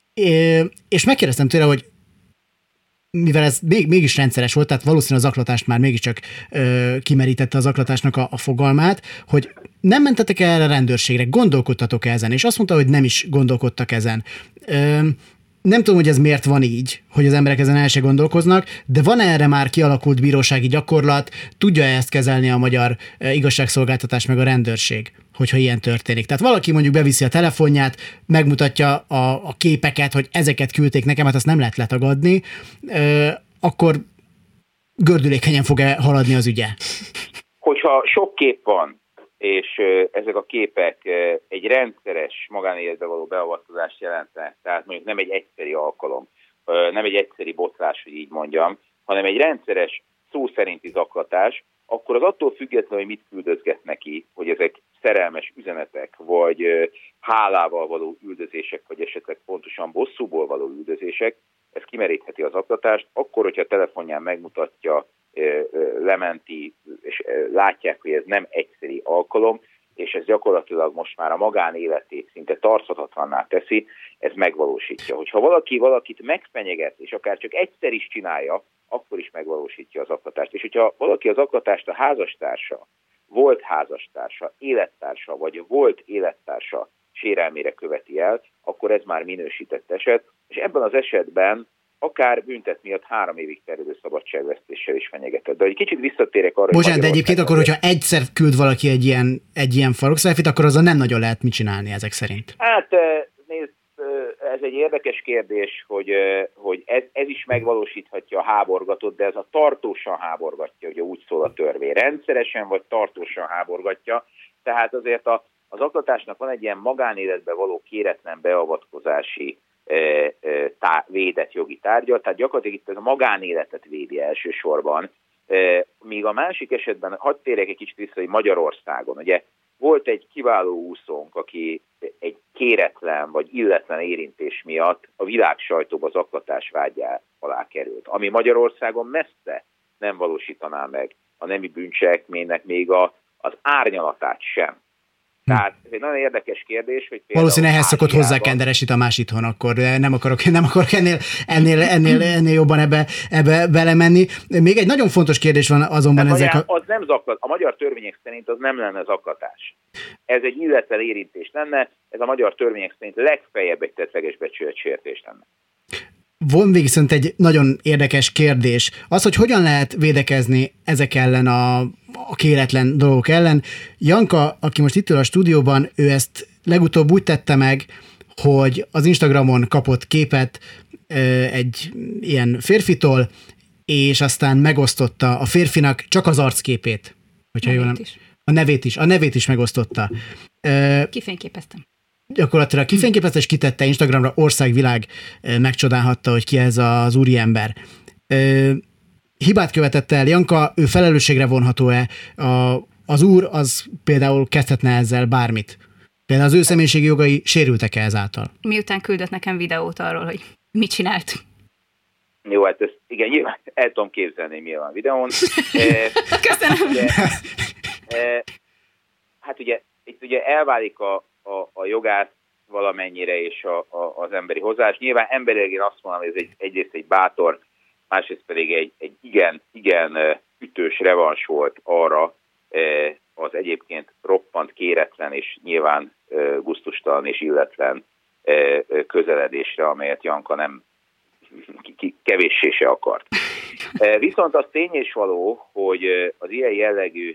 és megkérdeztem tőle, hogy mivel ez még, mégis rendszeres volt, tehát valószínűleg a zaklatást már mégiscsak ö, kimerítette a zaklatásnak a, a fogalmát, hogy nem mentetek erre a rendőrségre, gondolkodtatok ezen, és azt mondta, hogy nem is gondolkodtak ezen. Ö, nem tudom, hogy ez miért van így, hogy az emberek ezen el se gondolkoznak, de van erre már kialakult bírósági gyakorlat, tudja ezt kezelni a magyar igazságszolgáltatás meg a rendőrség, hogyha ilyen történik. Tehát valaki mondjuk beviszi a telefonját, megmutatja a, a képeket, hogy ezeket küldték nekem, hát azt nem lehet letagadni, ö, akkor gördülékenyen fog-e haladni az ügye? Hogyha sok kép van, és ezek a képek egy rendszeres magánéletbe való beavatkozást jelentenek, tehát mondjuk nem egy egyszeri alkalom, nem egy egyszeri botlás, hogy így mondjam, hanem egy rendszeres szó szerinti zaklatás, akkor az attól függetlenül, hogy mit küldözget neki, hogy ezek szerelmes üzenetek, vagy hálával való üldözések, vagy esetleg pontosan bosszúból való üldözések, ez kimerítheti az zaklatást, akkor, hogyha a telefonján megmutatja, lementi, és látják, hogy ez nem egyszeri alkalom, és ez gyakorlatilag most már a magánéletét szinte tarthatatlanná teszi, ez megvalósítja. Hogyha valaki valakit megfenyeget, és akár csak egyszer is csinálja, akkor is megvalósítja az zaklatást. És hogyha valaki az zaklatást a házastársa, volt házastársa, élettársa, vagy volt élettársa sérelmére követi el, akkor ez már minősített eset, és ebben az esetben akár büntet miatt három évig terjedő szabadságvesztéssel is fenyegetett. De egy kicsit visszatérek arra, Bocsánat, de egyébként akkor, hogyha egyszer küld valaki egy ilyen, egy ilyen farokselfit, akkor azzal nem nagyon lehet mit csinálni ezek szerint. Hát nézd, ez egy érdekes kérdés, hogy, hogy ez, ez is megvalósíthatja a háborgatót, de ez a tartósan háborgatja, ugye úgy szól a törvény. Rendszeresen vagy tartósan háborgatja, tehát azért a a zaklatásnak van egy ilyen magánéletbe való kéretlen beavatkozási tá, védett jogi tárgya, tehát gyakorlatilag itt ez a magánéletet védi elsősorban, míg a másik esetben, hadd térjek egy kicsit vissza, hogy Magyarországon, ugye volt egy kiváló úszónk, aki egy kéretlen vagy illetlen érintés miatt a világ sajtóba zaklatás vágyá alá került, ami Magyarországon messze nem valósítaná meg a nemi bűncselekménynek még a, az árnyalatát sem. Tehát ez egy nagyon érdekes kérdés, hogy valószínűleg ehhez szokott hozzá Kenderesi Tamás itthon, akkor nem akarok, nem akarok ennél, ennél, ennél, ennél jobban ebbe, ebbe belemenni. Még egy nagyon fontos kérdés van azonban nem, ezek... A... Az nem zaklat, a magyar törvények szerint az nem lenne zaklatás. Ez egy illetlen érintés lenne, ez a magyar törvények szerint legfeljebb egy tettleges becsületsértés lenne. Von viszont egy nagyon érdekes kérdés. Az, hogy hogyan lehet védekezni ezek ellen a, a kéretlen dolgok ellen. Janka, aki most itt ül a stúdióban, ő ezt legutóbb úgy tette meg, hogy az Instagramon kapott képet ö, egy ilyen férfitól, és aztán megosztotta a férfinak csak az arcképét. Hogyha jól nem, a nevét is. A nevét is megosztotta. Ö, Kifényképeztem. Gyakorlatilag kifényképezte, és kitette Instagramra, országvilág megcsodálhatta, hogy ki ez az úriember. Hibát követett el Janka, ő felelősségre vonható-e? A, az úr az például kezdhetne ezzel bármit? Például az ő személyiségi jogai sérültek-e ezáltal? Miután küldött nekem videót arról, hogy mit csinált. Jó, hát ezt igen, nyilván el tudom képzelni nyilván videón. Köszönöm. De, hát ugye itt ugye elválik a A, a jogász valamennyire és a, a, az emberi hozzáállás. Nyilván emberileg én azt mondom, hogy ez egy, egyrészt egy bátor, másrészt pedig egy, egy igen, igen ütős revans volt arra az egyébként roppant kéretlen és nyilván gusztustalan és illetlen közeledésre, amelyet Janka nem kevéssé se akart. Viszont az tény és való, hogy az ilyen jellegű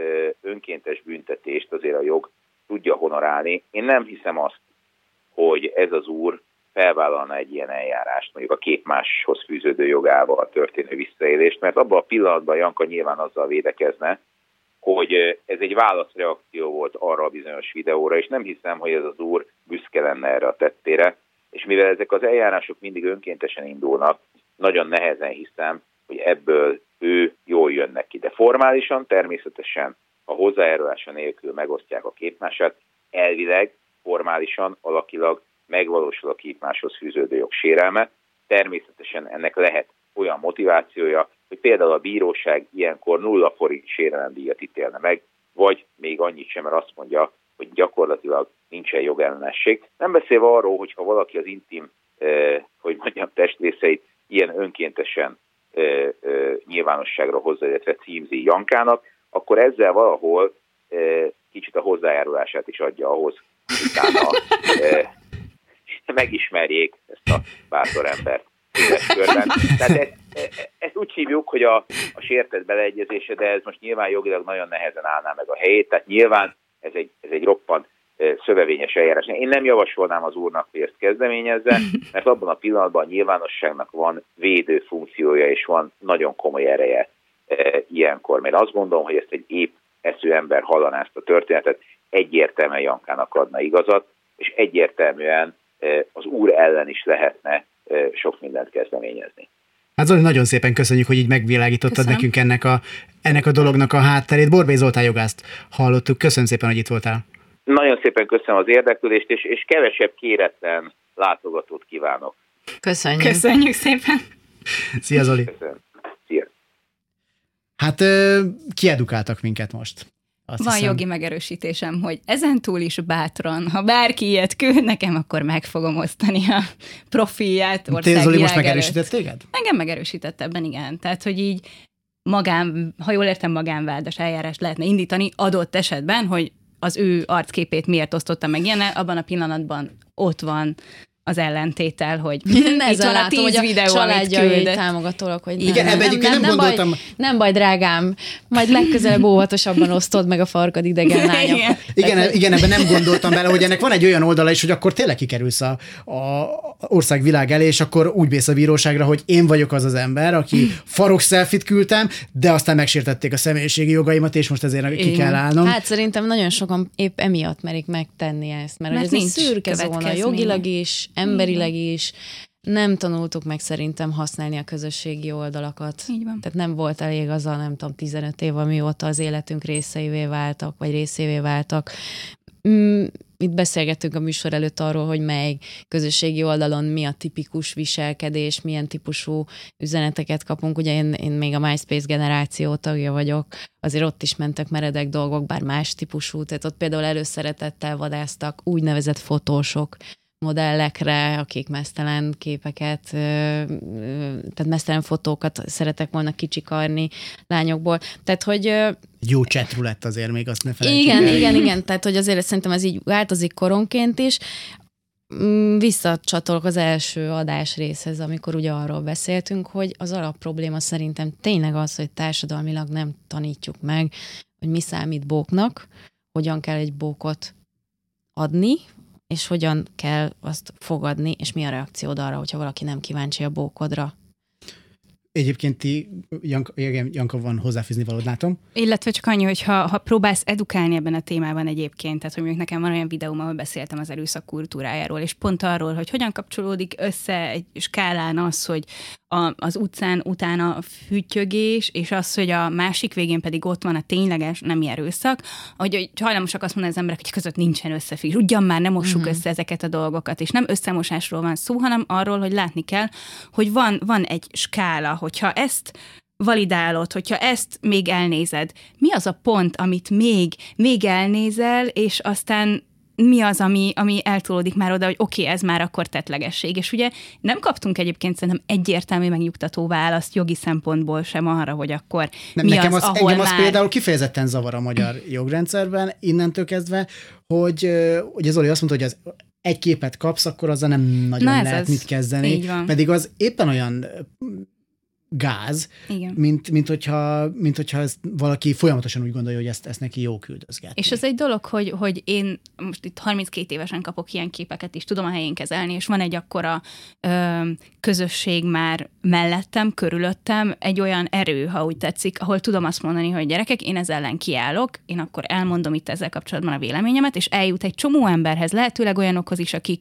önkéntes büntetést azért a jog tudja honorálni. Én nem hiszem azt, hogy ez az úr felvállalna egy ilyen eljárást, mondjuk a képmáshoz fűződő jogával történő visszaélést, mert abban a pillanatban Janka nyilván azzal védekezne, hogy ez egy válaszreakció volt arra a bizonyos videóra, és nem hiszem, hogy ez az úr büszke lenne erre a tettére, és mivel ezek az eljárások mindig önkéntesen indulnak, nagyon nehezen hiszem, hogy ebből ő jól jönnek ki. De formálisan természetesen a hozzájárulása nélkül megosztják a képmását, elvileg, formálisan, alakilag megvalósul a képmáshoz fűződő jog sérelme. Természetesen ennek lehet olyan motivációja, hogy például a bíróság ilyenkor nulla forint sérelemdíjat ítélne meg, vagy még annyit sem, mert azt mondja, hogy gyakorlatilag nincsen jogellenesség. Nem beszélve arról, hogyha valaki az intim, eh, hogy mondjam, testrészeit ilyen önkéntesen eh, eh, nyilvánosságra hozza, illetve címzi Jankának, akkor ezzel valahol e, kicsit a hozzájárulását is adja ahhoz, hogy utána e, megismerjék ezt a bátor embert széles körben. Tehát ezt, e, ezt úgy hívjuk, hogy a, a sértett beleegyezése, de ez most nyilván jogilag nagyon nehezen állná meg a helyét, tehát nyilván ez egy, ez egy roppant e, szövevényes eljárás. Én nem javasolnám az úrnak, hogy ezt kezdeményezze, mert abban a pillanatban a nyilvánosságnak van védő funkciója, és van nagyon komoly ereje ilyenkor. Én azt gondolom, hogy ezt egy épp eszű ember hallaná ezt a történetet, egyértelműen Jankának adna igazat, és egyértelműen az úr ellen is lehetne sok mindent kezdeményezni. Hát Zoli, nagyon szépen köszönjük, hogy így megvilágítottad Köszönöm. nekünk ennek a, ennek a dolognak a hátterét. Borbély Zoltán jogászt hallottuk. Köszönöm szépen, hogy itt voltál. Nagyon szépen köszönöm az érdeklődést, és, és kevesebb kéretlen látogatót kívánok. Köszönjük. Köszönjük szépen. Szia, Zoli. Köszönöm. Szia. Hát kiedukáltak minket most. Azt Van hiszem. jogi megerősítésem, hogy ezentúl is bátran, ha bárki ilyet küld nekem, akkor meg fogom osztani a profilját országvilág Zoli most előtt. megerősített téged? Engem megerősített ebben, igen. Tehát, hogy így magán, ha jól értem, magánvádas eljárást lehetne indítani adott esetben, hogy az ő arcképét miért osztotta meg ilyennel, abban a pillanatban ott van az ellentétel, hogy Ezzel itt van a látom, tíz hogy a videó, amit családjai küldött. támogatólag, hogy Igen, nem, ebbe nem, egyébként nem, nem nem, gondoltam. Baj, nem baj, drágám, majd legközelebb óvatosabban osztod meg a farkad idegen lányok. Igen. Igen, igen, ebben nem gondoltam bele, hogy ennek van egy olyan oldala is, hogy akkor tényleg kikerülsz a, a ország világ elé, és akkor úgy mész a bíróságra, hogy én vagyok az az ember, aki farok selfit küldtem, de aztán megsértették a személyiségi jogaimat, és most ezért ki kell állnom. Hát szerintem nagyon sokan épp emiatt merik megtenni ezt, mert, Mert mert ez egy nincs szürke zóna, következménye. jogilag is, emberileg is. Nem tanultuk meg szerintem használni a közösségi oldalakat. Így van. Tehát nem volt elég az a, nem tudom, tizenöt év, amióta az életünk részeivé váltak, vagy részévé váltak. Mm, itt beszélgettünk a műsor előtt arról, hogy mely közösségi oldalon mi a tipikus viselkedés, milyen típusú üzeneteket kapunk. Ugye én, én még a MySpace generáció tagja vagyok, azért ott is mentek meredek dolgok, bár más típusú, tehát ott például előszeretettel vadásztak úgynevezett fotósok modellekre, akik meztelen képeket, tehát meztelen fotókat szeretek volna kicsikarni lányokból. Tehát, hogy... Jó chatrulett azért még, azt ne felejtsük Igen, el. igen, igen. Tehát, hogy azért szerintem ez így változik koronként is. Visszacsatolok az első adás részhez, amikor ugye arról beszéltünk, hogy az alap probléma szerintem tényleg az, hogy társadalmilag nem tanítjuk meg, hogy mi számít bóknak, hogyan kell egy bókot adni, és hogyan kell azt fogadni, és mi a reakciód arra, hogyha valaki nem kíváncsi a bókodra. Egyébként ti, Janka, igen, Janka, van hozzáfűzni valód, látom. Illetve csak annyi, hogy ha, ha próbálsz edukálni ebben a témában egyébként, tehát hogy mondjuk nekem van olyan videóm, ahol beszéltem az erőszak kultúrájáról, és pont arról, hogy hogyan kapcsolódik össze egy skálán az, hogy a, az utcán utána füttyögés, és az, hogy a másik végén pedig ott van a tényleges nemi erőszak, hogy, hogy hajlamosak azt mondani az emberek, hogy között nincsen összefüggés. Ugyan már nem mossuk mm-hmm. össze ezeket a dolgokat, és nem összemosásról van szó, hanem arról, hogy látni kell, hogy van, van egy skála, hogyha ezt validálod, hogyha ezt még elnézed, mi az a pont, amit még, még elnézel, és aztán mi az, ami, ami eltolódik már oda, hogy oké, okay, ez már akkor tettlegesség. És ugye nem kaptunk egyébként szerintem egyértelmű megnyugtató választ jogi szempontból sem arra, hogy akkor nem, mi nekem az, az, ahol engem már... az például kifejezetten zavar a magyar jogrendszerben, innentől kezdve, hogy, hogy Zoli azt mondta, hogy az egy képet kapsz, akkor azzal nem nagyon Na lehet az, mit kezdeni. így van. Pedig az éppen olyan gáz, Igen. mint, mint, hogyha, mint hogyha ezt valaki folyamatosan úgy gondolja, hogy ezt, ezt neki jó küldözgetni. És az egy dolog, hogy, hogy én most itt harminckét évesen kapok ilyen képeket is, tudom a helyén kezelni, és van egy akkora ö, közösség már mellettem, körülöttem, egy olyan erő, ha úgy tetszik, ahol tudom azt mondani, hogy gyerekek, én ezzel ellen kiállok, én akkor elmondom itt ezzel kapcsolatban a véleményemet, és eljut egy csomó emberhez, lehetőleg olyanokhoz is, akik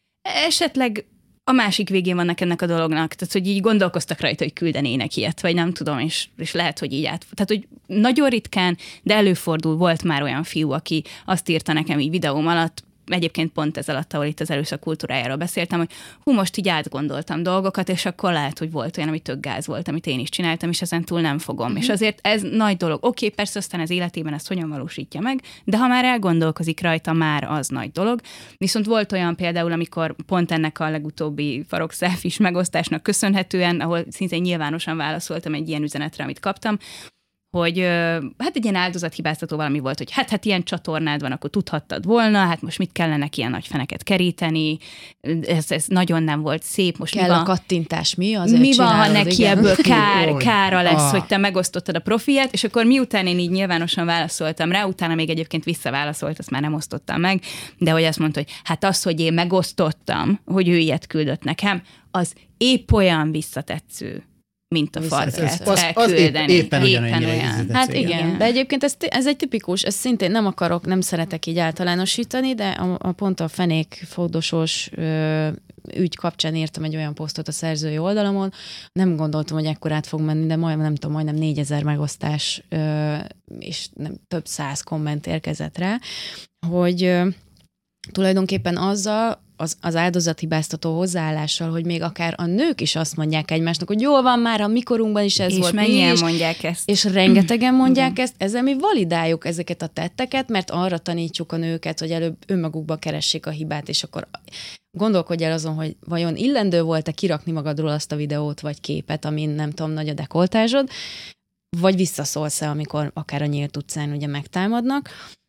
esetleg a másik végén vannak ennek a dolognak, tehát hogy így gondolkoztak rajta, hogy küldenének ilyet, vagy nem tudom, és, és lehet, hogy így át. Tehát, hogy nagyon ritkán, de előfordul, volt már olyan fiú, aki azt írta nekem így videóm alatt, egyébként pont ez alatt, ahol itt az erőszak kultúrájáról beszéltem, hogy hú, most így átgondoltam dolgokat, és akkor lehet, hogy volt olyan, ami tök gáz volt, amit én is csináltam, és ezen túl nem fogom. Mm-hmm. És azért ez nagy dolog. Oké, okay, persze aztán az életében ezt hogyan valósítja meg, de ha már elgondolkozik rajta, már az nagy dolog. Viszont volt olyan például, amikor pont ennek a legutóbbi farok selfie megosztásnak köszönhetően, ahol szintén nyilvánosan válaszoltam egy ilyen üzenetre, amit kaptam, hogy hát egy ilyen áldozathibáztató valami volt, hogy hát, hát ilyen csatornád van, akkor tudhattad volna, hát most mit kellene ilyen nagy feneket keríteni, ez, ez nagyon nem volt szép. Most kell mi van, a kattintás, mi azért Mi van, ha csinálod, neki igen. ebből kár, kára lesz, Ah. hogy te megosztottad a profilját, és akkor miután én így nyilvánosan válaszoltam rá, utána még egyébként visszaválaszolt, azt már nem osztottam meg, de hogy azt mondta, hogy hát az, hogy én megosztottam, hogy ő ilyet küldött nekem, az épp olyan visszatetsző, mint a Az- farkát az- az- az elküldeni. épp- éppen ugyanannyira olyan. ízletes. Hát Igen. igen, de egyébként ez, ez egy tipikus, ez szintén nem akarok, nem szeretek így általánosítani, de a, a pont a fenék fogdosos ö, ügy kapcsán írtam egy olyan posztot a szerzői oldalamon, nem gondoltam, hogy ekkorát fog menni, de majd nem tudom, majdnem négyezer megosztás ö, és nem, több száz komment érkezett rá, hogy ö, tulajdonképpen azzal, az, az áldozathibáztató hozzáállással, hogy még akár a nők is azt mondják egymásnak, hogy jól van már, a mikorunkban is ez És volt. mi mennyien is. mondják ezt. És rengetegen mondják ezt, ezzel mi validáljuk ezeket a tetteket, mert arra tanítjuk a nőket, hogy előbb önmagukba keressék a hibát, és akkor gondolkodj el azon, hogy vajon illendő volt-e kirakni magadról azt a videót vagy képet, amin nem tudom, nagy a dekoltázsod, vagy visszaszólsz-e, amikor akár a nyílt utcán ugye megtámadnak.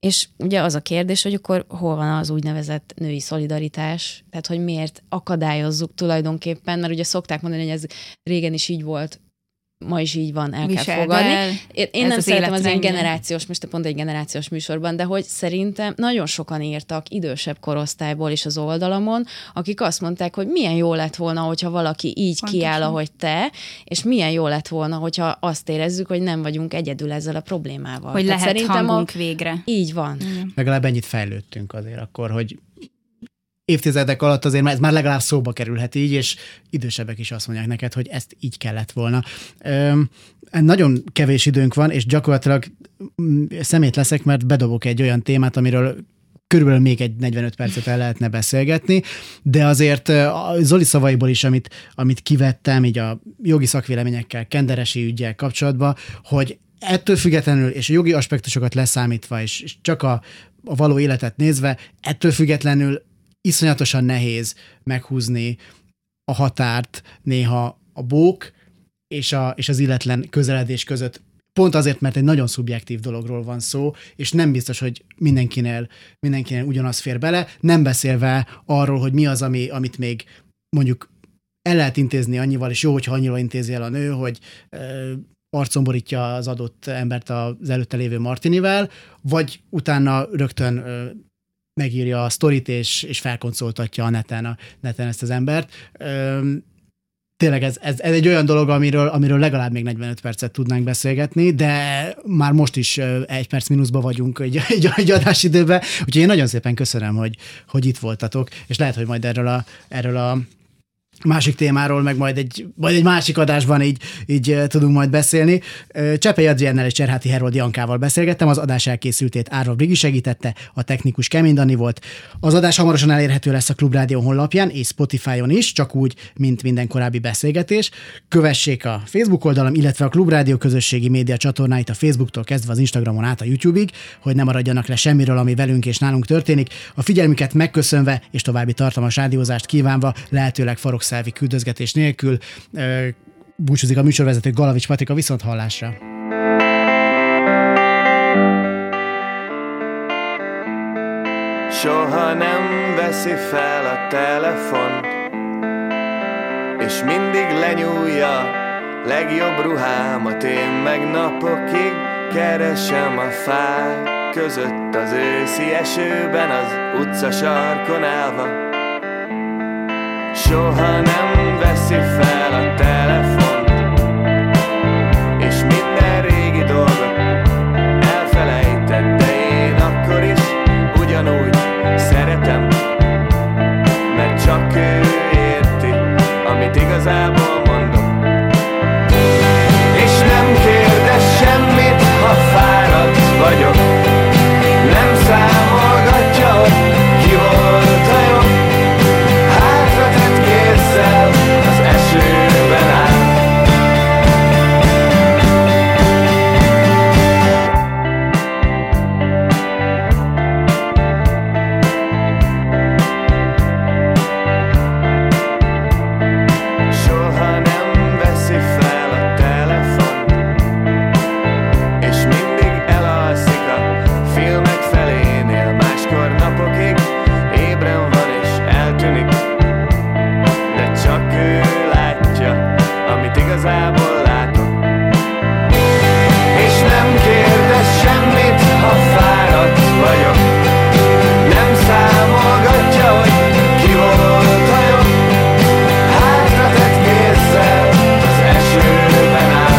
És ugye az a kérdés, hogy akkor hol van az úgynevezett női szolidaritás, tehát hogy miért akadályozzuk tulajdonképpen, mert ugye szokták mondani, hogy ez régen is így volt, ma is így van, el Viseld kell fogadni. el, Én, én nem az szeretem az ilyen életrendje. generációs, most pont egy generációs műsorban, de hogy szerintem nagyon sokan írtak idősebb korosztályból is az oldalamon, akik azt mondták, hogy milyen jó lett volna, hogyha valaki így Pontosan. kiáll, ahogy te, és milyen jó lett volna, hogyha azt érezzük, hogy nem vagyunk egyedül ezzel a problémával. Hogy Tehát lehet szerintem hangunk a... végre. Így van. Legalább ennyit fejlődtünk azért akkor, hogy évtizedek alatt azért ez már legalább szóba kerülhet így, és idősebbek is azt mondják neked, hogy ezt így kellett volna. Üm, nagyon kevés időnk van, és gyakorlatilag szemét leszek, mert bedobok egy olyan témát, amiről körülbelül még egy negyvenöt percet el lehetne beszélgetni, de azért a Zoli szavaiból is, amit, amit kivettem, így a jogi szakvéleményekkel, kenderesi üggyel kapcsolatban, hogy ettől függetlenül, és a jogi aspektusokat leszámítva, és, és csak a, a való életet nézve, ettől függetlenül iszonyatosan nehéz meghúzni a határt néha a bók és, a, és az illetlen közeledés között. Pont azért, mert egy nagyon szubjektív dologról van szó, és nem biztos, hogy mindenkinél, mindenkinél ugyanaz fér bele, nem beszélve arról, hogy mi az, ami, amit még mondjuk el lehet intézni annyival, és jó, hogyha annyival intézi el a nő, hogy ö, arcon borítja az adott embert az előtte lévő martinivel, vagy utána rögtön ö, megírja a sztorit, és, és felkoncoltatja a neten, a neten ezt az embert. Üm, tényleg ez, ez, ez egy olyan dolog, amiről, amiről legalább még negyvenöt percet tudnánk beszélgetni, de már most is egy perc mínuszba vagyunk egy, egy, egy adásidőben, úgyhogy én nagyon szépen köszönöm, hogy, hogy itt voltatok, és lehet, hogy majd erről a, erről a másik témáról, meg majd egy, majd egy másik adásban így, így tudunk majd beszélni. Csepei Adriennel és Cserháti Herold Jankával beszélgettem, az adás elkészültét Árva Brigi segítette, a technikus Kemény Dani volt. Az adás hamarosan elérhető lesz a Klubrádió honlapján és Spotify-on is, csak úgy, mint minden korábbi beszélgetés. Kövessék a Facebook oldalam, illetve a Klubrádió közösségi média csatornáit a Facebooktól kezdve az Instagramon át a YouTube-ig, hogy ne maradjanak le semmiről, ami velünk és nálunk történik. A figyelmüket megköszönve és további tartalmas rádiózást kívánva, lehetőleg farok szelvi küldözgetés nélkül. Búcsúzik a műsorvezető Galavics Patrika, viszont hallásra. Soha nem veszi fel a telefont, és mindig lenyúlja legjobb ruhámat. Én meg napokig keresem a fák között az őszi esőben, az utca sarkon állva. Soha nem veszi fel a telefont, és minden régi dolgot elfelejtett, de én akkor is ugyanúgy szeretem, mert csak ő érti, amit igazából mondok. És nem kérdez semmit, ha fáradt vagyok, nem számolgatja, hogy ki volt a jobb. Az esőben áll. Soha nem veszi fel a telefont, és mindig elalszik a filmek felénél. Máskor napokig ébren van és eltűnik, csak ő látja, amit igazából látok. És nem kérdez semmit, ha fáradt vagyok, nem számolgatja, hogy ki volt a jobb. Hátratett kézzel az esőben áll.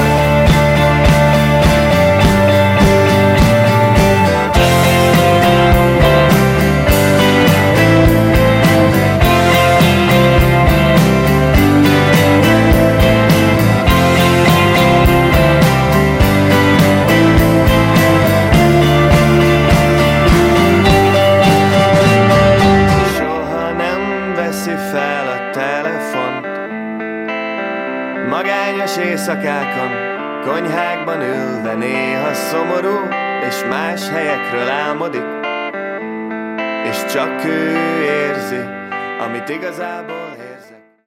Magányos éjszakákon, konyhákban ülve, néha szomorú, és más helyekről álmodik, és csak ő érzi, amit igazából